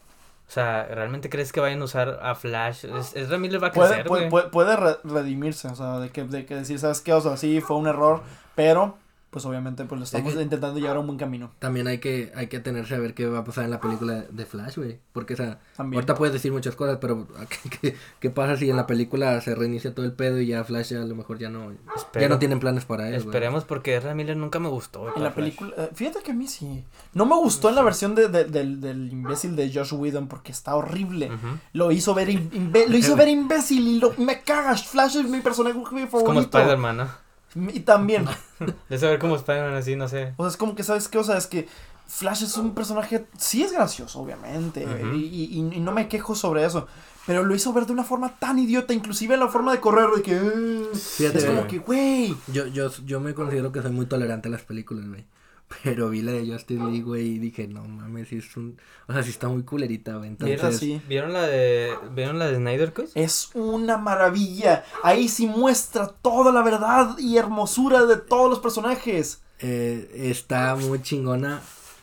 O sea, ¿realmente crees que vayan a usar a Flash? Es, Ezra Miller va a Puede, crecer, puede, güey. puede, puede re- redimirse, o sea, de que, de que decir, ¿sabes qué? O sea, sí, fue un error, pero, pues obviamente, pues lo estamos que- intentando llevar a un buen camino. También hay que, hay que atenerse a ver qué va a pasar en la película de Flash, güey. Porque, o sea, También. ahorita puedes decir muchas cosas, pero ¿qué, qué, qué pasa si en la película se reinicia todo el pedo y ya Flash ya a lo mejor ya no, ya Espero- no tienen planes para él, güey? Esperemos porque Ezra Miller nunca me gustó, güey, En para la Flash. película, eh, fíjate que a mí sí. No me gustó en la versión de, de- del, del imbécil de Josh Whedon porque está horrible. Ujú. Lo hizo ver im- imbe- lo hizo ver imbécil y lo, me cagas. Flash es mi personaje Es favorito. como Spider-Man, ¿no? Y también. De saber como Spider-Man así, no sé. O sea, es como que, ¿sabes qué? O sea, es que Flash es un personaje, sí es gracioso, obviamente, Ujú. y, y- y no me quejo sobre eso, pero lo hizo ver de una forma tan idiota, inclusive la forma de correr, de que... eh, Fíjate, es como güey. que, güey, Yo, yo, yo me considero que soy muy tolerante a las películas, güey. Pero vi la de Justice League, güey, y dije, no mames, sí es un... O sea, sí está muy culerita, güey. ¿Vieron Entonces, así? ¿Vieron la de ¿Vieron la de Snyder Cut? Es una maravilla, ahí sí muestra toda la verdad y hermosura de todos los personajes. eh, está muy chingona.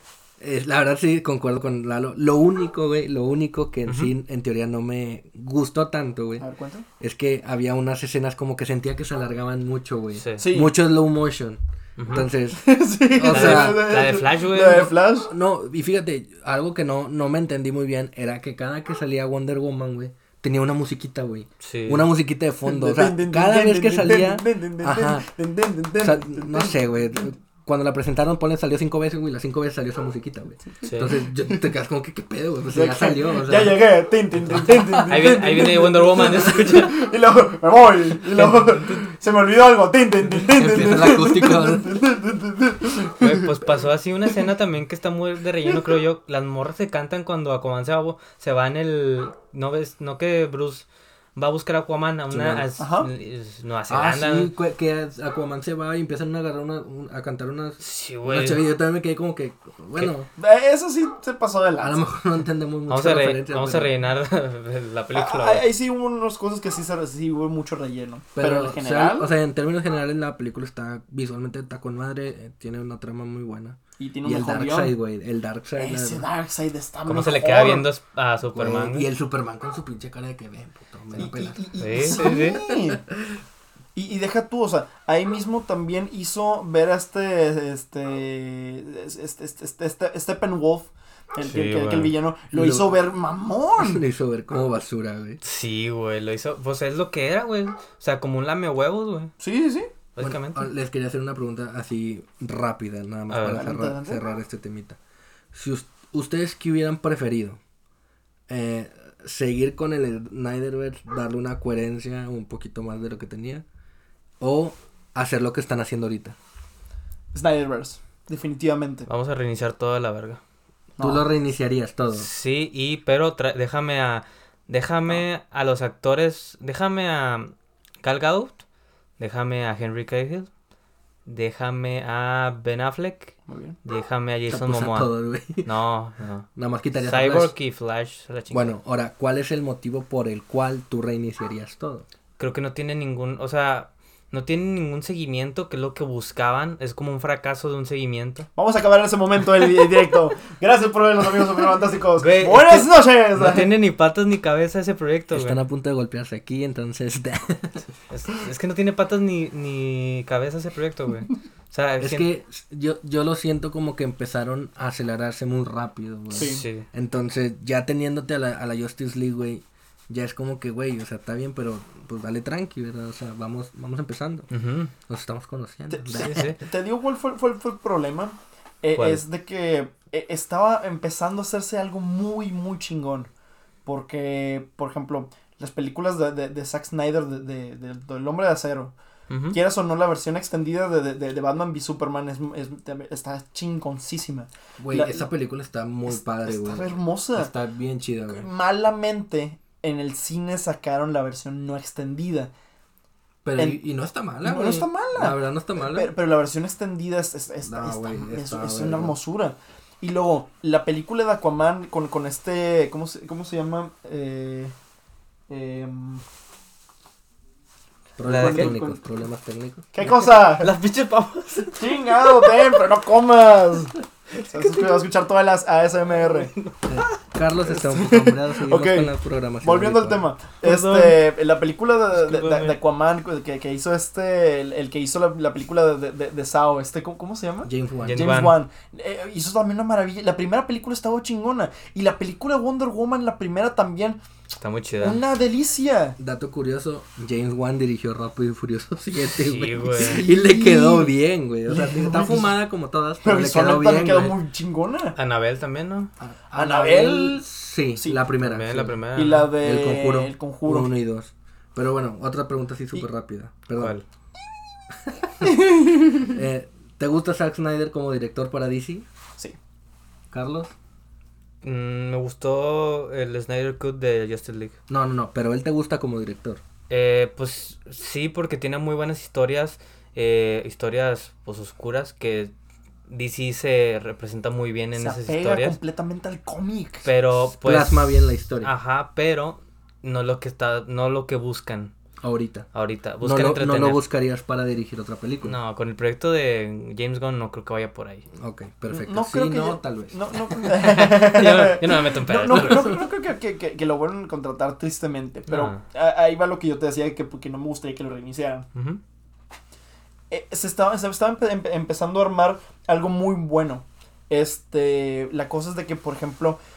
Es, la verdad sí concuerdo con Lalo. Lo único, güey, lo único que en Ujú. sí, en teoría, no me gustó tanto, güey, A ver, cuenta. es que había unas escenas como que sentía que se alargaban mucho, güey. Sí. Sí. Mucho slow motion. Ujú. Entonces, Sí, O La, sea, de, la de Flash, güey. La de Flash. no, y fíjate, algo que no, no me entendí muy bien era que cada que salía Wonder Woman, güey, tenía una musiquita, güey. Sí. Una musiquita de fondo. O sea, cada vez que salía. Ajá. O sea, no sé, güey. Cuando la presentaron, ponle, salió cinco veces, güey. Las cinco veces salió esa musiquita, güey. Sí. Entonces, yo, te quedas como que, ¿qué pedo, güey? Pues ya salió, o sea. Ya llegué. Tin, tin, tin, tin, tin, Ahí viene, ahí viene Wonder Woman, escucha. Y luego, me voy. Y luego, se me olvidó algo. Tin, tin, tin, tin, tin, Empieza el acústico. Güey, pues pasó así una escena también que está muy de relleno, creo yo. Las morras se cantan cuando Aquaman se va, se va en el... ¿No ves? ¿No que Bruce va a buscar a Aquaman a una... A, Ajá. Nueva Ah, Zelanda? sí, que- que Aquaman se va y empiezan a agarrar una, un- a cantar unas... Sí, Una güey. chavilla. Yo también me quedé como que, bueno, Eh, Eso sí se pasó de a lo lanza. mejor no entendemos mucho Vamos, a, re- referencia, vamos a pero- rellenar la película. Ah, Ahí güey. ahí sí hubo unas cosas que sí, se, sí hubo mucho relleno. Pero, Pero, en o sea, general. o sea, en términos generales la película está visualmente está con madre, eh, tiene una trama muy buena. y tiene Y un el mejor Darkseid, guión. güey, el Darkseid. la Ese verdad. Darkseid está ¿Cómo mejor. se le queda viendo a Superman? Güey, güey? y el Superman con su pinche cara de que ven, puto, me Y, la pela. y- y- Sí, sí. sí, Y, y deja tú, o sea, ahí mismo también hizo ver a este, este, este, este, este, este Steppenwolf, el, Sí, que, que- que el güey. villano, lo Lo- hizo ver mamón. Le hizo ver como basura, güey. Sí, güey, lo hizo. Pues es lo que era, güey. O sea, como un lame huevos, güey. Sí, sí, sí. Básicamente. Bueno, les quería hacer una pregunta así rápida, nada más A ver. para Adelante, cerrar, adelante. cerrar este temita. Si us- ustedes que hubieran preferido eh, seguir con el Snyderverse, darle una coherencia un poquito más de lo que tenía, o hacer lo que están haciendo ahorita. Snyderverse, definitivamente. Vamos a reiniciar toda la verga. Tú No. lo reiniciarías todo. Sí, y pero tra- déjame a déjame a los actores, déjame a Gal Gadot, déjame a Henry Cavill, déjame a Ben Affleck, Muy bien. déjame a Te Jason puse a Momoa. todo, güey. No, no. Nada más quitarías a Cyborg Flash. y Flash, la chingada. Bueno, ahora, ¿cuál es el motivo por el cual tú reiniciarías todo? Creo que no tiene ningún, o sea, no tiene ningún seguimiento, que es lo que buscaban, es como un fracaso de un seguimiento. Vamos a acabar en ese momento el directo. Gracias por ver, los amigos super fantásticos. Güey, Buenas es que noches. No tiene ni patas ni cabeza ese proyecto, güey. Están a punto de golpearse aquí, entonces... Es, es que no tiene patas ni, ni cabeza ese proyecto, güey. O sea, es sien- que yo, yo lo siento como que empezaron a acelerarse muy rápido, güey. Sí. sí. Entonces, ya teniéndote a la, a la Justice League, güey, ya es como que, güey, o sea, está bien, pero pues dale tranqui, ¿verdad? O sea, vamos, vamos empezando. Ujú. Nos estamos conociendo. Te, Sí, sí. te digo cuál fue, fue- fue el problema. Eh, ¿Cuál? es de que eh, estaba empezando a hacerse algo muy, muy chingón. Porque, por ejemplo, las películas de, de, de Zack Snyder, de, de, de- del Hombre de Acero, Ujú. quieras o no, la versión extendida de, de, de Batman v Superman es, es- está chingoncísima. Güey, La- esa película está muy Es- padre, güey. Está hermosa. Está bien chida, güey. Malamente, en el cine sacaron la versión no extendida. Pero, en- y, y no está mala, No, güey. no está mala. La verdad no está mala. Pero, pero la versión extendida es, es, es- No, está- güey, es- está es verga. una hermosura. Y luego, la película de Aquaman con, con este, ¿cómo se, cómo se llama? Eh, em, Problemas ¿Qué? técnicos, problemas técnicos. ¿Qué cosa? Las pinches papas. Chingado, ten, pero no comas. Se va a escuchar- va a escuchar todas las A S M R. Eh, Carlos está un poco hambriado, seguimos Ok, con la programación. Volviendo al habitual. tema, Perdón. este, la película de, de, de- Discúlpame. de Aquaman que, que hizo este, el, el que hizo la, la película de, de, de Sao, este, ¿cómo, cómo se llama? James Wan. James James Wan. Wan. Eh, hizo también una maravilla. La primera película estaba chingona. Y la película Wonder Woman, la primera también, Está muy chida. una delicia. Dato curioso, James Wan dirigió Rápido y Furioso siete, Sí, güey. güey. Y le quedó bien, güey. O sea, Le quedó está bien. fumada como todas, Pero pero le quedó visualmente bien, también quedó güey. muy chingona. Anabel también, ¿no? A- Anabel, sí, sí. la primera. También sí. la primera. Y la de El Conjuro. El Conjuro. Uno y dos. Pero bueno, otra pregunta así súper Y- rápida. Perdón. ¿Cuál? Eh, ¿Te gusta Zack Snyder como director para D C? Sí. ¿Carlos? Mm, me gustó el Snyder Cut de Justice League. No, no, no, pero él te gusta como director. Eh, pues sí, porque tiene muy buenas historias, eh, historias pues oscuras que D C se representa muy bien en Se esas apega historias. completamente al cómic. Pero pues Plasma bien la historia. Ajá, pero no lo que está, no lo que buscan Ahorita. ahorita. No Buscan lo, no entretener. lo buscarías para dirigir otra película. No, con el proyecto de James Gunn no creo que vaya por ahí. Ok, perfecto. No sí, creo que no, ya- tal vez. No, no, yo, no, yo no me meto en No, pedos. no, no, no creo que, que, que, que lo vuelvan a contratar tristemente, pero No. a- ahí va lo que yo te decía, que, que no me gustaría que lo reiniciaran. Ujú. Eh, se estaba, se estaba empe- empe- empezando a armar algo muy bueno. Este, la cosa es de que, por ejemplo,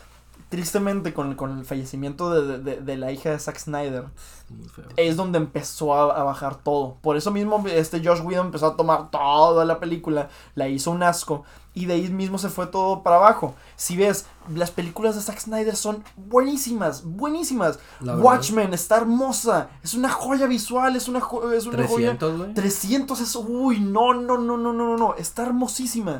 tristemente con, con el fallecimiento de, de, de la hija de Zack Snyder, Muy feo. es donde empezó a, a bajar todo. Por eso mismo este Joss Whedon empezó a tomar toda la película, la hizo un asco, y de ahí mismo se fue todo para abajo. Si ves, las películas de Zack Snyder son buenísimas, buenísimas. Watchmen está hermosa, es una joya visual, es una, jo es una trescientos, joya. güey. trescientos es, uy, no, no, no, no, no, no, no, está hermosísima.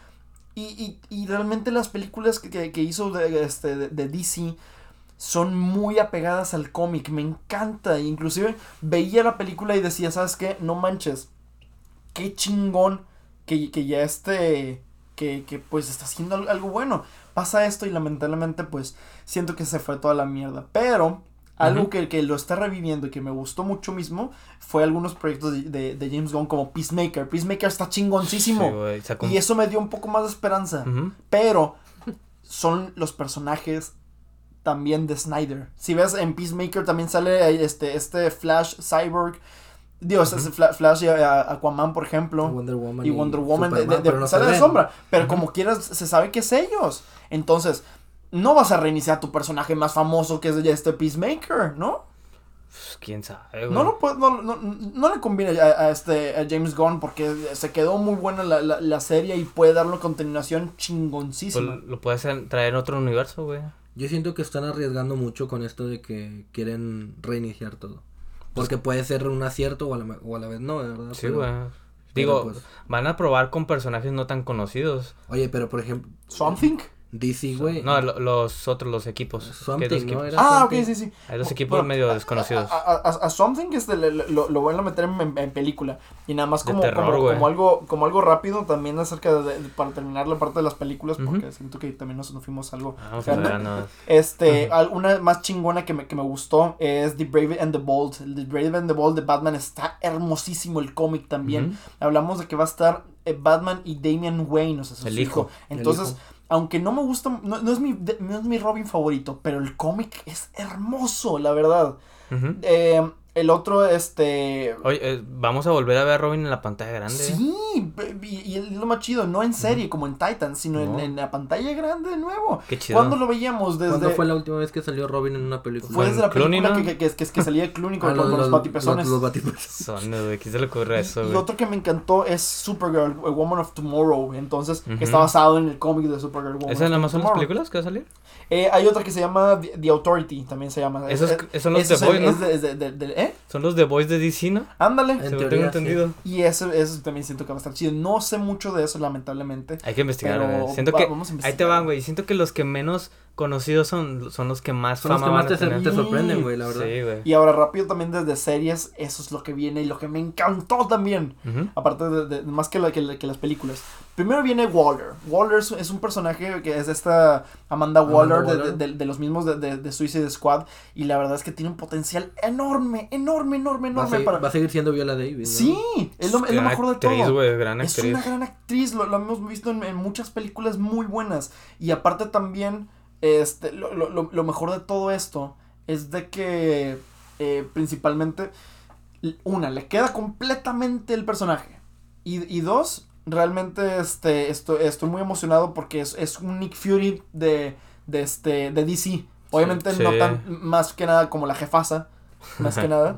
Y, y, y realmente las películas que, que, que hizo de, este, de, de D C son muy apegadas al cómic, me encanta. Inclusive veía la película y decía, ¿sabes qué? No manches, qué chingón que, que ya este, que, que pues está haciendo algo bueno. Pasa esto y lamentablemente pues siento que se fue toda la mierda. Pero algo uh-huh. que, que lo está reviviendo y que me gustó mucho mismo fue algunos proyectos de, de, de James Gunn como Peacemaker. Peacemaker está chingoncísimo. Sí, güey, sacó... Y eso me dio un poco más de esperanza. Uh-huh. Pero son los personajes también de Snyder. Si ves en Peacemaker también sale este, este Flash Cyborg. Dios, uh-huh. ese Flash y Aquaman, por ejemplo. Wonder Woman y Wonder Woman Superman, de, de, de no sale se de sombra. Pero uh-huh. como quieras, se sabe que es ellos. Entonces, no vas a reiniciar tu personaje más famoso que es ya este Peacemaker, ¿no? Pues, quién sabe, güey. No, lo puede, no, no, no le conviene a, a este a James Gunn porque se quedó muy buena la, la, la serie y puede darle continuación chingoncísima. Pues lo puedes traer en otro universo, güey. Yo siento que están arriesgando mucho con esto de que quieren reiniciar todo. Porque pues, puede ser un acierto o a la, o a la vez no, de verdad. Sí, güey. Digo, pues, van a probar con personajes no tan conocidos. Oye, pero por ejemplo... ¿Something? D C, güey. No, lo, los otros, los equipos. Something, equipos? ¿no? Era ah, something. ok, sí, sí. Hay dos equipos bueno, medio desconocidos. A, a, a, a Something este, le, lo, lo van a meter en, en, en película. Y nada más como, terror, como, como, algo, como algo rápido también acerca de, de, para terminar la parte de las películas, porque uh-huh. siento que también nos, nos fuimos algo. Ah, pues ya no. Este, uh-huh. una más chingona que me, que me gustó es The Brave and the Bold. The Brave and the Bold de Batman está hermosísimo el cómic también. Uh-huh. Hablamos de que va a estar eh, Batman y Damian Wayne, o sea, su el hijo. hijo. Entonces... El hijo. Aunque no me gusta, no, no, es mi, de, no es mi Robin favorito, pero el cómic es hermoso, la verdad. Uh-huh. Eh, el otro, este... Oye, eh, vamos a volver a ver a Robin en la pantalla grande. Sí, y, y es lo más chido, no en serie uh-huh. como en Titans, sino no. en, en la pantalla grande de nuevo. Qué chido. ¿Cuándo lo veíamos? Desde... ¿Cuándo fue la última vez que salió Robin en una película? Fue desde la Clooney, película ¿no? que, que, que, que, que salía Clooney con, ah, con los, los batipezones. Los, los batipezones. Son, ¿de qué se le ocurre eso, güey? Y otro que me encantó es Supergirl, A Woman of Tomorrow, entonces, uh-huh. que está basado en el cómic de Supergirl. Woman ¿Esas nada más son las películas que va a salir? Eh, hay otra que se llama The, The Authority, también se llama. Esos es, son los The Boys, ¿no? Es de, de, de, de, ¿eh? Son los The Boys de D C, ¿no? Ándale. En teoría, tengo entendido. Sí. Y eso, eso también siento que va a estar chido. No sé mucho de eso, lamentablemente. Hay que investigar, güey. Siento va, que... Vamos a investigar. Ahí te van, güey. Siento que los que menos conocidos son, son los que más son fama los que más van a te, tener. te sorprenden, güey, la verdad. Sí, güey. Y ahora rápido también desde series, eso es lo que viene y lo que me encantó también. Uh-huh. Aparte de, de, de más que, la, que, la, que las películas. Primero viene Waller. Waller es, es un personaje que es esta Amanda Waller, Amanda Waller. De, de, de los mismos de, de, de Suicide Squad. Y la verdad es que tiene un potencial enorme, enorme, enorme, enorme. Va a seguir, para... va a seguir siendo Viola Davis, ¿no? Sí, es lo, es lo mejor de actriz, todo. Wey, gran es actriz. una gran actriz, lo, lo hemos visto en, en muchas películas muy buenas. Y aparte también, este, lo, lo, lo mejor de todo esto es de que eh, principalmente, una, le queda completamente el personaje. Y, y dos, realmente este, estoy, estoy muy emocionado porque es, es un Nick Fury de, de, este, de D C. Obviamente sí, no sí. tan más que nada como la jefasa. Más que nada.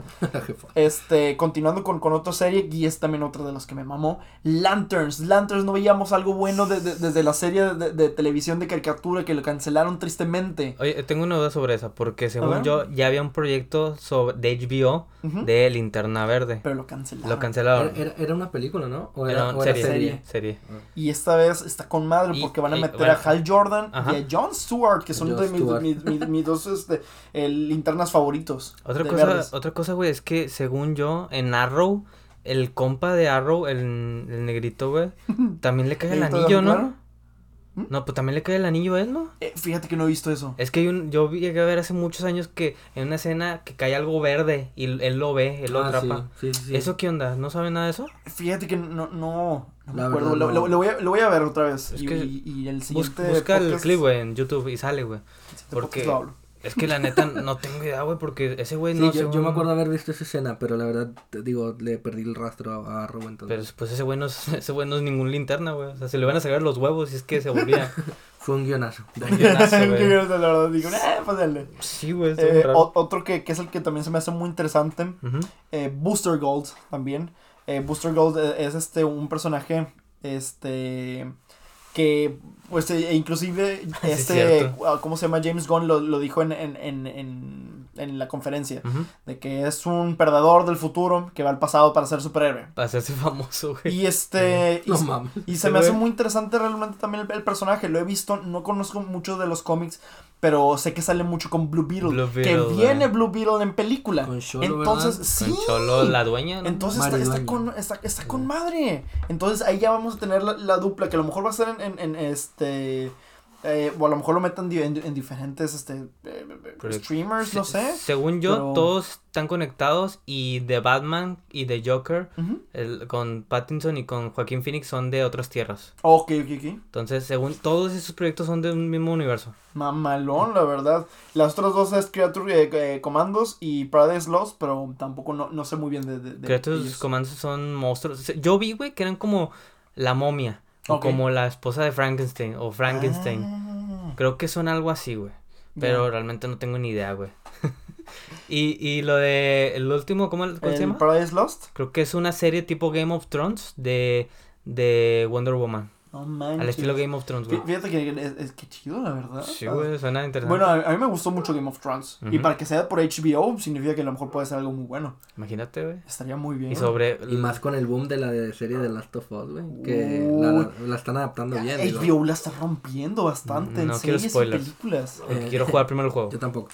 Este, continuando con, con otra serie, y es también otra de las que me mamó. Lanterns. Lanterns, no veíamos algo bueno de, de, desde la serie de, de televisión de caricatura que lo cancelaron tristemente. Oye, tengo una duda sobre esa, porque según yo ya había un proyecto sobre, de H B O uh-huh. de Linterna Verde. Pero lo cancelaron. Lo cancelaron. Era, era una película, ¿no? ¿O era, era, o serie, era serie? serie. Y esta vez está con madre porque y, van a meter y, bueno, a Hal Jordan Ajá. y a Jon Stewart, que son John de mis, mis, mis, mis dos este, eh, linternas favoritos. Otra cosa, otra cosa, güey, es que según yo, en Arrow, el compa de Arrow, el, el negrito, güey, también le cae el anillo, ¿no? ¿Mm? No, pues también le cae el anillo a él, ¿no? Eh, fíjate que no he visto eso. Es que hay un, yo llegué a ver hace muchos años que en una escena que cae algo verde y él lo ve, él lo ah, atrapa. Sí, sí, sí. ¿Eso qué onda? ¿No saben nada de eso? Fíjate que no, no, no me acuerdo. Lo, lo, lo, voy a, lo voy a ver otra vez. Es y, que y, y el siguiente bus, busca podcast, el clip, güey, en YouTube y sale, güey. Porque es que la neta no tengo idea, güey, porque ese güey sí, no... yo, según... yo me acuerdo haber visto esa escena, pero la verdad, te digo, le perdí el rastro a, a Arrow, entonces. Pero pues ese güey no es, ese güey no es ningún linterna, güey. O sea, se le van a sacar los huevos si es que se volvía. Fue un guionazo. Un guionazo, Un güey. guionazo, la verdad, digo, eh, pues dale. Sí, güey, está Eh, muy raro. o- otro que, que es el que también se me hace muy interesante, Ujú. eh, Booster Gold también. Eh, Booster Gold eh, es este un personaje este que pues eh, inclusive Sí, este cierto. ah, ¿cómo se llama? James Gunn lo, lo dijo en, en, en, en, en la conferencia Ujú. de que es un perdedor del futuro que va al pasado para ser superhéroe. Para hacerse famoso, güey. Y este y, No mames. y se Sí, me hace güey. muy interesante realmente también el, el personaje. Lo he visto, no conozco mucho de los cómics, pero sé que sale mucho con Blue Beetle. Blue que Beetle, viene güey. Blue Beetle en película. Con Cholo, Entonces, ¿verdad? sí. Con Cholo, la dueña, ¿no? Entonces está, está, Maridueña. con, está, está con madre. Entonces ahí ya vamos a tener la, la dupla, que a lo mejor va a ser en, en, en este... Eh, o a lo mejor lo metan di- en, en diferentes este, eh, Pero- streamers, no Se- sé. Según yo, pero- todos están conectados y de Batman y de Joker, Ujú. el, con Pattinson y con Joaquín Phoenix son de otras tierras. Ok, ok, ok. Entonces, según todos esos proyectos son de un mismo universo. Mamalón, la verdad. Las otras dos es Creature eh, eh, Commandos y Paradise Lost, pero tampoco no, no sé muy bien de, de, de Creative ellos. Commandos son monstruos. O sea, yo vi, güey, que eran como la momia. O Ok. como la esposa de Frankenstein. O Frankenstein. Ah, Creo que son algo así, güey. Pero ya. realmente no tengo ni idea, güey. y, y lo de el último, ¿cómo, cómo se ¿El llama? Paradise Lost? Creo que es una serie tipo Game of Thrones de, de Wonder Woman. No manches. Al estilo Game of Thrones, güey. Fí- Fíjate que es, es que chido, la verdad. Sí, güey, suena interesante. Bueno, a, a mí me gustó mucho Game of Thrones. Y Ujú. para que sea por H B O, significa que a lo mejor puede ser algo muy bueno. Imagínate, güey. Estaría muy bien. Y sobre... Y más con el boom de la de serie de Last of Us, güey. Que Uy. la, la están adaptando bien. H digo. B O la está rompiendo bastante No en quiero series y spoilers. películas. Porque quiero jugar primero el juego. Yo tampoco.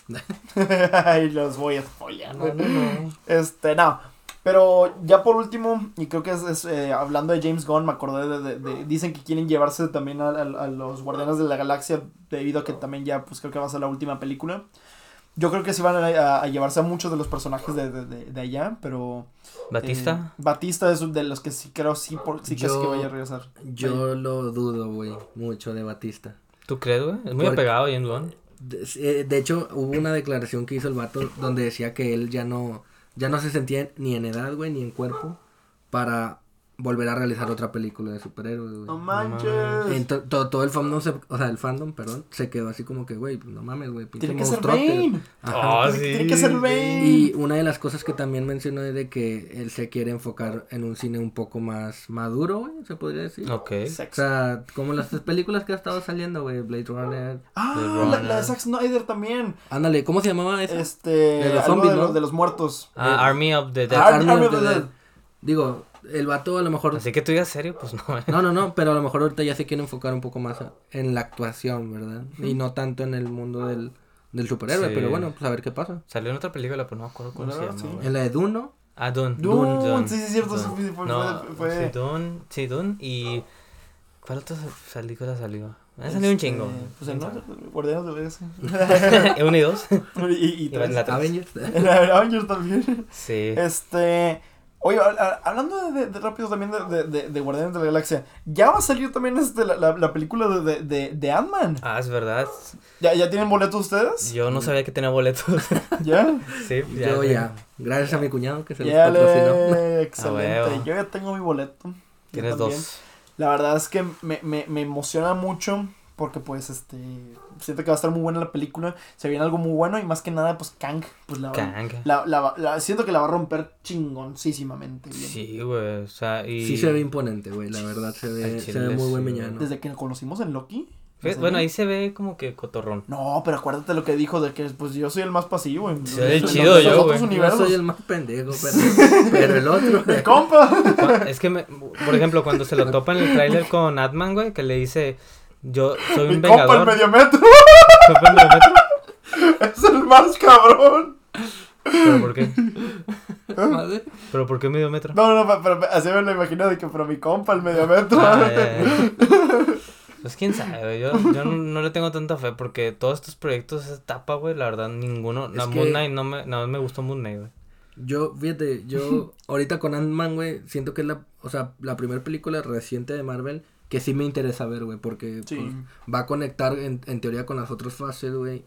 Ay, los voy a spoilear. No, no, no. Este, no. Pero ya por último, y creo que es, es, eh, hablando de James Gunn, me acordé de, de, de- dicen que quieren llevarse también a, a, a los Guardianes de la Galaxia, debido a que también ya, pues creo que va a ser la última película. Yo creo que sí van a, a- a llevarse a muchos de los personajes de, de, de, de allá, pero... Batista. eh, Batista es de los que sí creo, sí, por, sí que Yo- sí que vaya a regresar. Yo lo dudo, güey. Mucho de Batista. ¿Tú crees, güey? Es muy Porque- apegado a James Gunn. De, eh, de hecho, hubo una declaración que hizo el vato donde decía que él ya no, ya no se sentía ni en edad, güey, ni en cuerpo para volver a realizar otra película de superhéroes, güey. No manches. Ento- todo, todo el fandom, se, o sea, el fandom, perdón, se quedó así como que, güey, pues no mames, güey, pinche Tiene que ser monstruote. Bane. Ajá. Oh, tiene, sí, tiene que ser sí. Bane. Y una de las cosas que también mencionó es de que él se quiere enfocar en un cine un poco más maduro, güey, se podría decir. Ok. O Sex. sea, como las películas que ha estado saliendo, güey, Blade Runner. Ah, The la, Runner. la de Zack Snyder también. Ándale, ¿cómo se llamaba esa? Este, De los algo zombies, de, ¿no? los, de los muertos. Ah, Army of the Dead. Ah, Army Army of of the the Dead. Dead. Digo, el vato a lo mejor... Así que tú digas serio, pues no, güey. No, no, no, pero a lo mejor ahorita ya se quiere enfocar un poco más a- en la actuación, ¿verdad? Y no tanto en el mundo del, del superhéroe, Sí. pero bueno, pues a ver qué pasa. Salió en otra película, pero no me acuerdo cómo se ¿Verdad? llama, Sí. güey. En la de Dune, ¿no? Ah, Dune. Dune, sí, sí, es cierto, Dune. sí, fue- No, fue- fue- sí, Dune, sí, Dune y... ¿Cuál otra película salió? Ha salido un Este, chingo. Pues el no, Guardianes de la Galaxia. Uno y dos. y, y, y tres. la tres. Avengers. En Avengers también. Sí. Este. Oye, a- a- hablando de, de rápido también de, de, de, de Guardianes de la Galaxia, ya va a salir también este, la, la, la película de, de, de, de Ant-Man. Ah, es verdad. ¿Ya, ¿Ya tienen boletos ustedes? Yo no sabía que tenía boletos. ¿Ya? Sí, Yo güey. ya, gracias a mi cuñado que se los Ya patrocinó. le... Excelente. huevo. Yo ya tengo mi boleto. Yo Tienes también. dos. La verdad es que me, me, me emociona mucho porque pues este siento que va a estar muy buena la película, se viene algo muy bueno y más que nada pues Kang, pues la, Kang. la, la, la- siento que la va a romper chingoncísimamente bien. Sí, güey. O sea, y... Sí se ve imponente, güey, la verdad, se Al ve, chile se ve muy buen sí, villano. Desde que conocimos en Loki. Fue- ¿desde Bueno, ahí? ahí se ve como que cotorrón. No, pero acuérdate lo que dijo de que pues yo soy el más pasivo. En, Soy el en los- chido en los yo, otros güey. Yo universos. soy el más pendejo, pero, pero el otro... ¡Mi compa! Cua- Es que, me, por ejemplo, cuando se lo topa en el tráiler con Atman, güey, que le dice, yo soy Mi un compa el vengador. medio metro. ¿Compa el medio metro? Es el más cabrón. ¿Pero por qué? Madre. ¿Pero por qué medio metro? No, no, pero, pero así me lo imagino de que pero mi compa el medio metro. Ah, ya, ya. Pues quién sabe, güey, yo, yo no, no le tengo tanta fe porque todos estos proyectos, esa etapa, güey, la verdad, ninguno, Es la que- Moon Knight no me, no me gustó Moon Knight, güey. Yo, fíjate, yo ahorita con Ant-Man, güey, siento que es la, o sea, la primera película reciente de Marvel que sí me interesa ver, güey, porque Sí. pues, va a conectar en, en teoría con las otras fases, güey.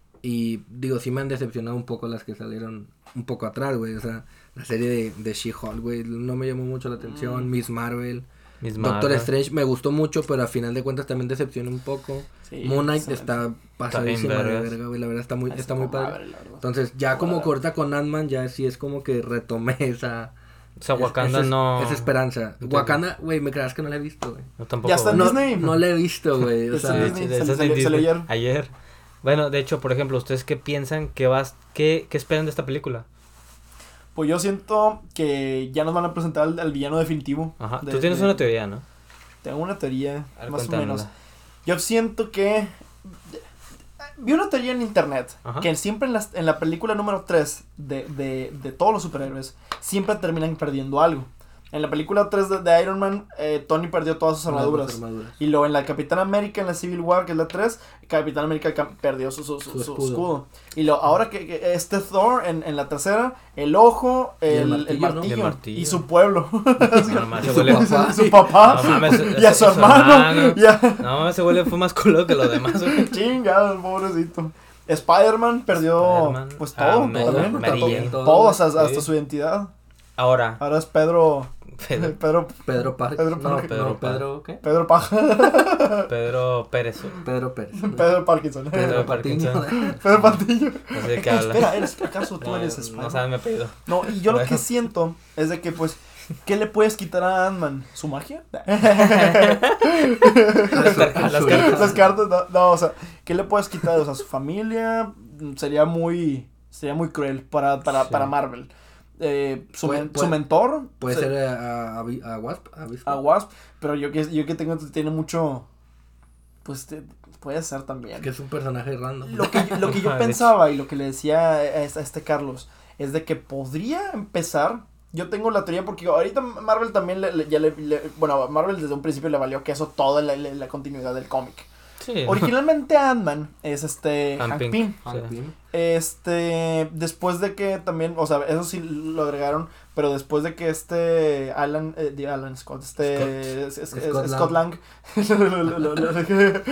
Y digo, sí me han decepcionado un poco las que salieron un poco atrás, güey. O sea, la serie de, de She-Hulk, güey, no me llamó mucho la atención. Mm. Miss Marvel. Miss Doctor Marvel. Strange me gustó mucho, pero a final de cuentas también decepcionó un poco. Sí, Moon Knight se- está pasadísima de vergas. verga, güey, la verdad está muy, Ay, está se muy fue padre. madre, la verdad. Entonces, ya como Madre. corta con Ant-Man, ya sí es como que retomé esa... O sea, es- Wakanda esa, no... esa esperanza. Entiendo. Wakanda, güey, me creas que no la he visto, güey. No, tampoco. Ya está en No, Disney. no la he visto, güey, o Está sea... en Disney. de se- esas se- en se Disney. leyeron. Ayer. Bueno, de hecho, por ejemplo, ¿ustedes qué piensan que vas... ¿Qué, qué esperan de esta película? Pues yo siento que ya nos van a presentar al, al villano definitivo. Ajá. de- Tú tienes de- una teoría, ¿no? Tengo una teoría, A ver, más o cuéntamela. menos. Yo siento que... Vi una teoría en internet, Ajá. que siempre en la, en la película número tres de, de, de todos los superhéroes, siempre terminan perdiendo algo. En la película tres de, de Iron Man, eh, Tony perdió todas sus armaduras. Las armaduras. Y luego en la Capitán América, en la Civil War, que es la tres, Capitán América cam- perdió su, su, su, Su su escudo. escudo. Y luego ahora que, que este Thor, en, en la tercera, el ojo, Y el el, el martillo, ¿no? martillo, Y el martillo. y su pueblo. No, mames, Y se su huele... papá. su papá. No mames, y a su ese- su hermano. hermano. Y a... No, mames, ese huele fue más culo que los demás, güey. Chingado, el pobrecito. Spider-Man perdió Spider-Man, pues ah, todo, Mary- también, Mary todo, Jane. todo, hasta, hasta Sí. su identidad. Ahora, Ahora es Pedro, Pedro, Pedro, Pedro Park. Pedro no, Park. Pedro, Pedro Park. Pedro, ¿qué? Pedro Paja, Pedro Pérez. güey. Pedro Pérez. Pedro Parkinson, Pedro Pedro Patiño. Parkinson. Pedro Patillo. No sé de qué Eh, habla. espera, ¿eres, ¿acaso tú No, eres no Spider-Man? sabes mi apellido. No, y yo lo que Bueno. siento es de que, pues, ¿qué le puedes quitar a Ant-Man? ¿Su magia? Las cartas. Las cartas. Las cartas, no, no, o sea, ¿qué le puedes quitar? O sea, su familia mm, sería muy, sería muy cruel para, para, Sí. para Marvel. Eh, su, Puede- men- puede- su mentor, Puede se- ser a, a, a Wasp. A Wasp. a Wasp, pero yo que, yo que tengo, tiene mucho, pues, te- puede ser también. Que es un personaje random. Lo que, yo- lo que yo Ah, de pensaba y lo que le decía a este, a este Carlos es de que podría empezar. Yo tengo la teoría porque ahorita Marvel también le, le- ya le, le- bueno, a Marvel desde un principio le valió queso toda la, la, la continuidad del cómic. Sí. Originalmente Ant-Man es este Hank Hank Pym. Pym. Hank Sí. Pym. Este, después de que también, o sea, eso sí lo agregaron, pero después de que este Alan, eh, de Alan Scott, este es- es- es- Scott Scott Lang, lo- lo- lo- lo-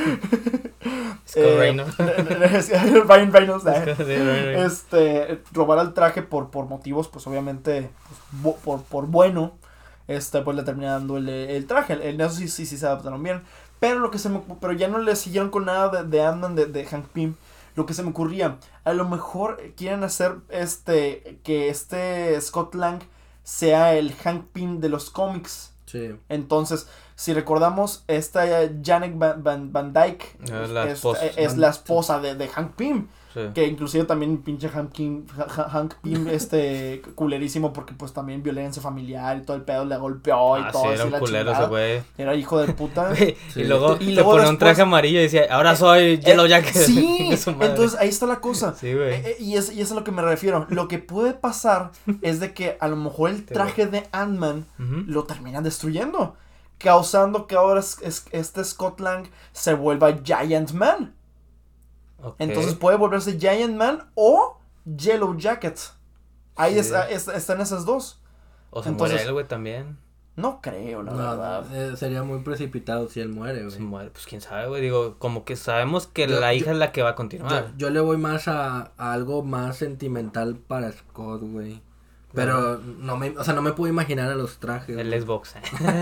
Scott eh, Reynolds. Ryan Reynolds, eh, Sí, Reynolds. este, robar el traje por, por motivos, pues obviamente, pues, bu- por, por bueno, este, pues le termina dando el, el traje, en eso sí, sí, sí se adaptaron bien, pero lo que se me, pero ya no le siguieron con nada de, de Ant-Man, de, de Hank Pym, lo que se me ocurría, a lo mejor quieren hacer, este, que este Scott Lang sea el Hank Pym de los cómics. Sí. Entonces, si recordamos, esta Janet Van, Van, Van Dyke Ah, la es, esposa. es- es la esposa de, de Hank Pym. Sí. Que inclusive también pinche Hank Pym, Ha- Hank Pym este culerísimo porque pues también violencia familiar y todo el pedo le golpeó y Ah, todo. sí, así, era un la culero ese chingada. güey. Era hijo de puta. Güey, Sí. Y luego Y se luego ponía un después- traje amarillo y decía, ahora soy Yellow Eh, Jacket. Sí, Chingue su madre. entonces ahí está la cosa. Sí, güey. Eh, eh, y, es, y es a lo que me refiero. Lo que puede pasar es de que a lo mejor el Te traje de Ant-Man Ujú. lo terminan destruyendo, causando que ahora es- es- este Scott Lang se vuelva Giant Man. Ok. Entonces puede volverse Giant Man o Yellow Jacket. Ahí Sí. está- es- están esas dos. O se entonces- muere él, güey, también. No creo, la No, verdad. eh, sería muy precipitado si él muere, Se güey. muere, pues quién sabe, güey. Digo, como que sabemos que Yo- la yo- hija es la que va a Yo, continuar. yo le voy más a, a algo más sentimental para Scott, güey. Pero no me, o sea, no me puedo imaginar a los trajes. El güey. Xbox.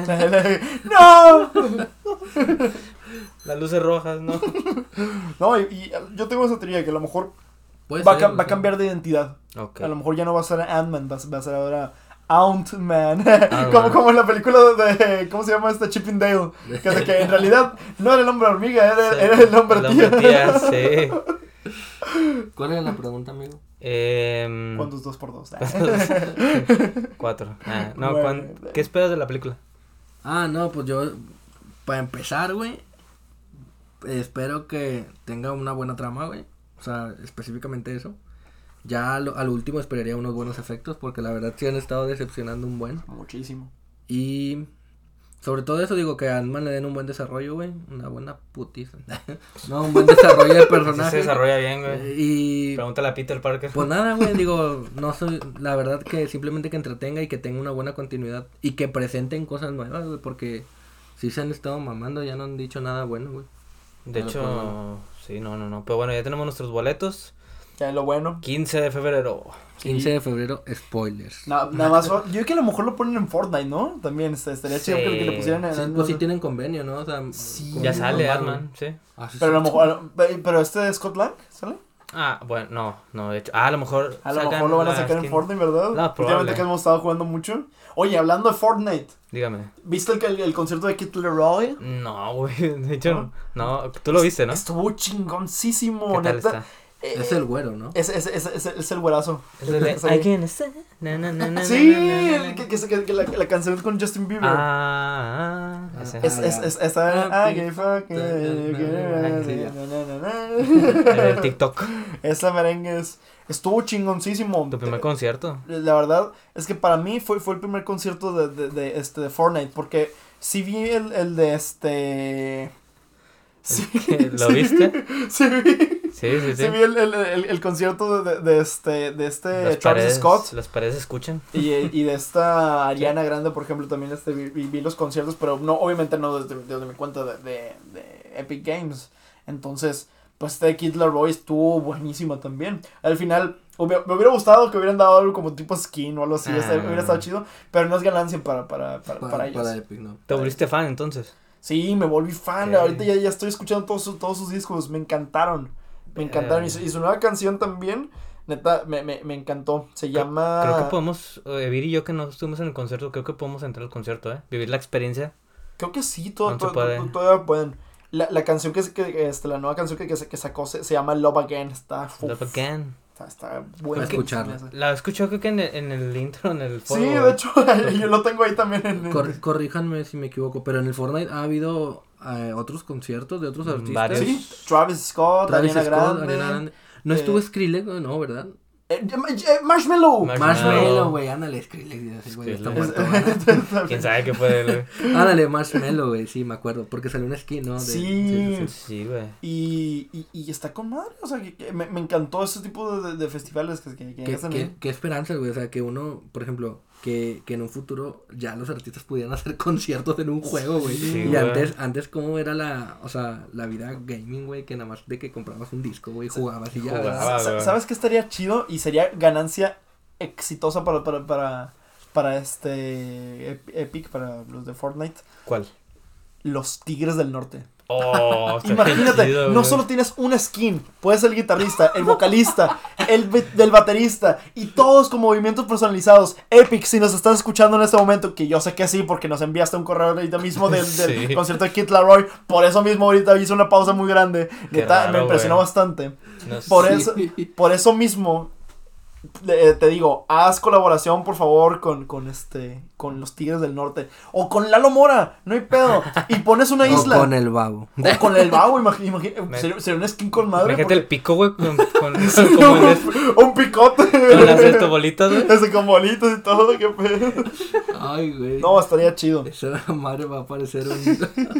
¡No! Las luces rojas, ¿no? No, y, y yo tengo esa teoría que a lo mejor Puede va a, ser, cam- va a o sea. cambiar de identidad. Ok. A lo mejor ya no va a ser Ant-Man, va, a- va a ser ahora Ant-Man. Ant-Man. como, como en la película de, ¿cómo se llama esta? Chip 'n Dale. Que, de que en realidad no era el hombre hormiga, era, Sí. era el hombre tía. tía, sí. ¿Cuál era la pregunta, amigo? Eh, ¿Cuántos dos por dos? Cuatro. Ah, no, Bueno. ¿cuán- ¿qué esperas de la película? Ah, no, pues yo, para empezar, güey, espero que tenga una buena trama, güey. O sea, específicamente eso. Ya a lo, a lo último esperaría unos buenos efectos, porque la verdad sí han estado decepcionando un buen. Muchísimo. Y sobre todo eso digo que a Ant-Man le den un buen desarrollo, güey. Una buena putiza. No, un buen desarrollo de Sí personaje. se desarrolla bien, güey. Y Pregúntale a Peter Parker. pues nada, güey, digo, no soy, la verdad que simplemente que entretenga y que tenga una buena continuidad y que presenten cosas nuevas, güey, porque si se han estado mamando, ya no han dicho nada bueno, güey. De Pero, hecho, pues, bueno. sí, no, no, no. Pero bueno, ya tenemos nuestros boletos. Ya es lo bueno. quince de febrero. quince de febrero, spoilers. Na- nada más, yo creo que a lo mejor lo ponen en Fortnite, ¿no? También este, estaría chido Sí. que, que le pusieran en... Sí, en- pues sí tienen convenio, ¿no? O sea, Sí. como Ya sale normal, Ant-Man, sí. güey. Ah, sí, Pero a lo sí. mejor, pero este de Scott Lang, ¿sale? Ah, bueno, no, no, de hecho. Ah, a lo mejor. A lo sacan mejor lo van a la sacar en skin. Fortnite, ¿verdad? No, Últimamente probable. que hemos estado jugando mucho. Oye, hablando de Fortnite, Dígame. ¿viste el, el, el concierto de Kid Leroy? No, güey. De hecho, no. Tú lo viste, ¿no? Estuvo chingoncísimo, ¿Qué tal neta. está? Eh, Es el güero, ¿no? Es, es, es, es, es el güerazo. Es el de Sí. I can't say, na, na, na, na, Sí, na, na, na, el que, que, que, que la, la canción con Justin Bieber. Ah, ah, ese. Es, es, es, esta. Ah, I give a fuck, sí, eh, ya. na, na, na, na. En el TikTok. Esa merengue es, estuvo chingoncísimo. Tu primer concierto. La verdad es que para mí fue, fue el primer concierto de, de, de, este, de Fortnite. Porque sí vi el, el de este. Sí, ¿Lo sí viste? vi- Sí, vi. Sí, sí, sí. Sí vi el, el, el, el concierto de, de, de este, de este Las Travis paredes, Scott. las paredes se escuchan. Y, y de esta Ariana Grande, por ejemplo, también este, vi, vi- vi los conciertos, pero no, obviamente no desde, desde mi cuenta de, de, de Epic Games. Entonces, pues este Kid Laroi estuvo buenísima también. Al final, hubi- me hubiera gustado que hubieran dado algo como tipo skin o algo así, Ah. este, hubiera estado chido, pero no es ganancia para, para, para, Para, para ellos. para Epic, ¿no? ¿Te volviste fan entonces? Sí, me volví fan, Ok. ahorita ya, ya estoy escuchando todos sus, todos sus discos, me encantaron, me encantaron. Y su, y su nueva canción también, neta, me, me, me encantó, se llama... Creo que podemos, eh, Vir y yo que no estuvimos en el concierto, creo que podemos entrar al concierto, ¿eh? Vivir la experiencia. Creo que sí, todo, No se todo- puede. todo- todavía pueden. La, la canción que, que este, la nueva canción que, que, se- que sacó se, se llama Love Again. Está, uf, Love Again. está, está buena. Voy a escucharla. La escuché creo que en el, en el intro, en el foro. Sí, de hecho, yo lo tengo ahí también en... en- Cor- corríjanme si me equivoco, pero en el Fortnite ha habido eh, otros conciertos de otros artistas. Varios. Sí, Travis Scott, Travis Ariana Scott, Grande. Ariana Grande. No eh, estuvo Skrillex, no, ¿verdad? eh, eh, Marshmello. Mar- Marshmello, güey, ándale, Skrillex, ese güey está Skrillex. muerto. ¿Quién sabe qué fue él, güey? Ándale, Marshmello, güey, sí, me acuerdo, porque salió una skin, ¿no? De- Sí. Sí, güey. Y, y, y está con madre, o sea, que, que me, me encantó ese tipo de, de, de festivales que, que, que ¿Qué, hacen qué, ahí. qué esperanza, güey, o sea, que uno, por ejemplo, que, que en un futuro ya los artistas pudieran hacer conciertos en un juego, güey. Sí, y güey. antes, antes cómo era la, o sea, la vida gaming, güey, que nada más de que comprabas un disco, güey, jugabas y ya. Jugaba. ¿verdad? Ah, Sa- güey. ¿Sabes qué estaría chido? Y sería ganancia exitosa para, para, para, para este Ep- Epic, para los de Fortnite. ¿Cuál? Los Tigres del Norte. Oh, está Imagínate, chido, no güey. solo tienes una skin, puedes ser el guitarrista, el vocalista, el be- del baterista y todos con movimientos personalizados. Epic, si nos estás escuchando en este momento, que yo sé que sí, porque nos enviaste un correo ahorita mismo del, del Sí. concierto de Kid Laroi, por eso mismo ahorita hice una pausa muy grande. Qué Neta, raro, me impresionó güey. bastante. No Por sé. eso, por eso mismo, le- te digo, haz colaboración por favor con, con este, con los Tigres del Norte o con Lalo Mora, no hay pedo, y pones una O isla. con el babo. O con el babo, imagínate, Me- sería, sería una skin con madre. Imagínate el pico, güey, con, con, porque- como el de- un picote. con las esto bolitas, güey. Ese con bolitas y todo, qué pedo. Ay, güey. No, estaría chido. Esa madre va a parecer un...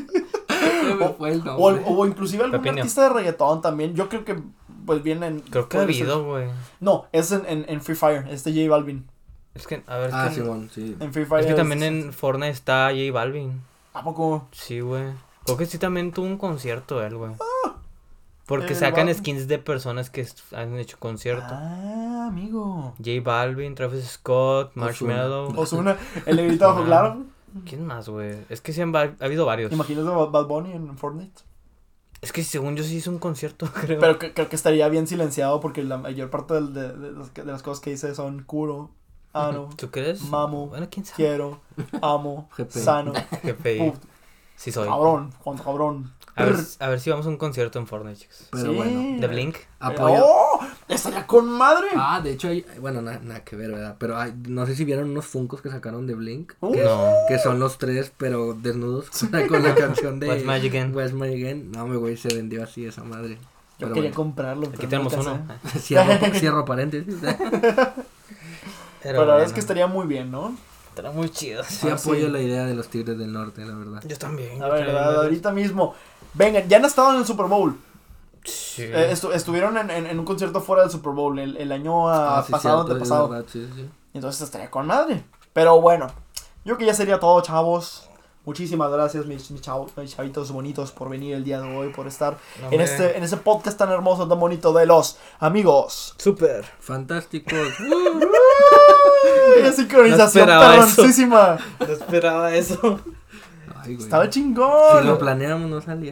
Se me fue el O, nombre. o inclusive algún Pepinio. artista de reggaetón también. Yo creo que pues vienen. Creo que ha habido, güey. No, es en, en, en Free Fire, este J Balvin. Es que, a ver, es Ah, que, Simón, sí. En Free Fire. es que también en Fortnite está J Balvin. ¿A poco? Sí, güey. Creo que sí también tuvo un concierto él, güey. Porque el sacan va- skins de personas que est- han hecho concierto. Ah, amigo. J Balvin, Travis Scott, Marshmello. Osuna, el negrito bajo Ozuna. claro. ¿Quién más, güey? Es que sí han va- ha habido varios. Imagínate a Bad Bunny en Fortnite. Es que según yo sí hizo un concierto, creo. Pero que- creo que estaría bien silenciado porque la mayor parte del- de, de, las, de las cosas que dice son curo, ano, ¿Tú crees? mamo, Bueno, quién sabe. quiero, amo, G P. sano. G P I. Put, Sí soy. cabrón, cuánto cabrón. A ver, a ver si vamos a un concierto en Fortnite, chicos. Pero Sí. bueno. De Blink. Apoyo. ¡Oh! ¡Estaría con madre! Ah, de hecho hay, bueno, nada nada que ver, ¿verdad? Pero hay, no sé si vieron unos Funkos que sacaron de Blink, Uh. que, No. que son los tres, pero desnudos, con la canción de What's Magic Again. What's Magic Again. No, me güey, se vendió así esa madre. Yo Pero quería bueno. comprarlo. Aquí pero tenemos no uno. alcancé. cierro, cierro paréntesis. Pero la verdad es que estaría muy bien, ¿no? Estará muy chido. Sí Ah, apoyo sí. la idea de los Tigres del Norte, la verdad. Yo también. La yo verdad, también. ahorita mismo. Vengan, ya han estado en el Super Bowl. Sí. Eh, estu- estuvieron en, en, en un concierto fuera del Super Bowl el, el año ah, Ah, sí, pasado, cierto, es antepasado. verdad, sí, sí. Entonces estaría con madre. Pero bueno, yo creo que ya sería todo, chavos. muchísimas gracias, mis, mis, chavo, mis chavitos bonitos, por venir el día de hoy, por estar No, en este, en ese podcast tan hermoso, tan bonito de los amigos. Súper. Fantásticos. ¡Qué sincronización No esperaba perroncísima! No esperaba eso. Ay, güey. Estaba Si chingón. lo planeamos, no salía.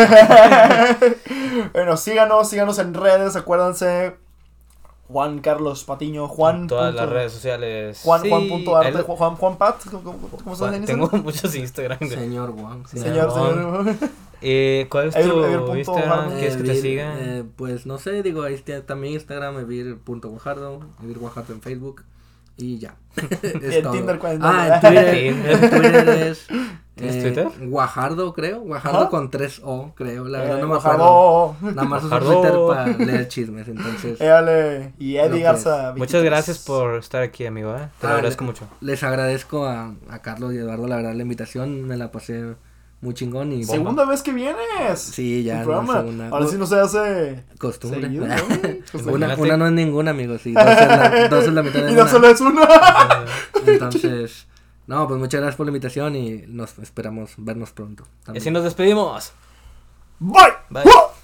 Bueno, síganos, síganos en redes, acuérdense. Juan Carlos Patiño, Juan. Todas punto- las redes sociales. Juan, Sí, Juan punto arte, ahí lo- Juan, Juan Pat, ¿cómo, cómo- cómo estás Juan- en Tengo Instagram? muchos Instagram. güey. Señor Juan. sí. Señor, Juan. señor. Eh, ¿Cuál es Evir- tu Evir punto Instagram? Guajardo. ¿Quieres que te Evir, siga? eh, pues no sé, digo, ahí está también Instagram, evir.guajardo, Evir Guajardo en Facebook y ya. Es en todo. Tinder, ¿cuál es? Ah, en Twitter, Tinder. en Twitter es ¿Tienes eh, Twitter? Guajardo, creo, Guajardo Ajá. con tres O, creo, la Eh, verdad no me Guajardo. acuerdo. Nada más uso Guajardo. Twitter para leer chismes, entonces Éale. Y Eddie Lo que Garza. Muchas veintitrés. gracias por estar aquí, amigo. ¿eh? Te lo Ah, agradezco le- mucho. les agradezco a, a Carlos y Eduardo, la verdad, la invitación, me la pasé muy chingón y Segunda vez que vienes. Sí, ya, El no, programa. segunda. Ahora sí no se hace. costumbre. Seguido, ¿no? Costumbre. Una, Imagínate. una no es ninguna, amigos, sí, dos es la, dos es la mitad de Y no una. solo es uno. Entonces, no, pues muchas gracias por la invitación y nos esperamos vernos pronto. Y también. así nos despedimos. Bye. Bye. ¡Oh!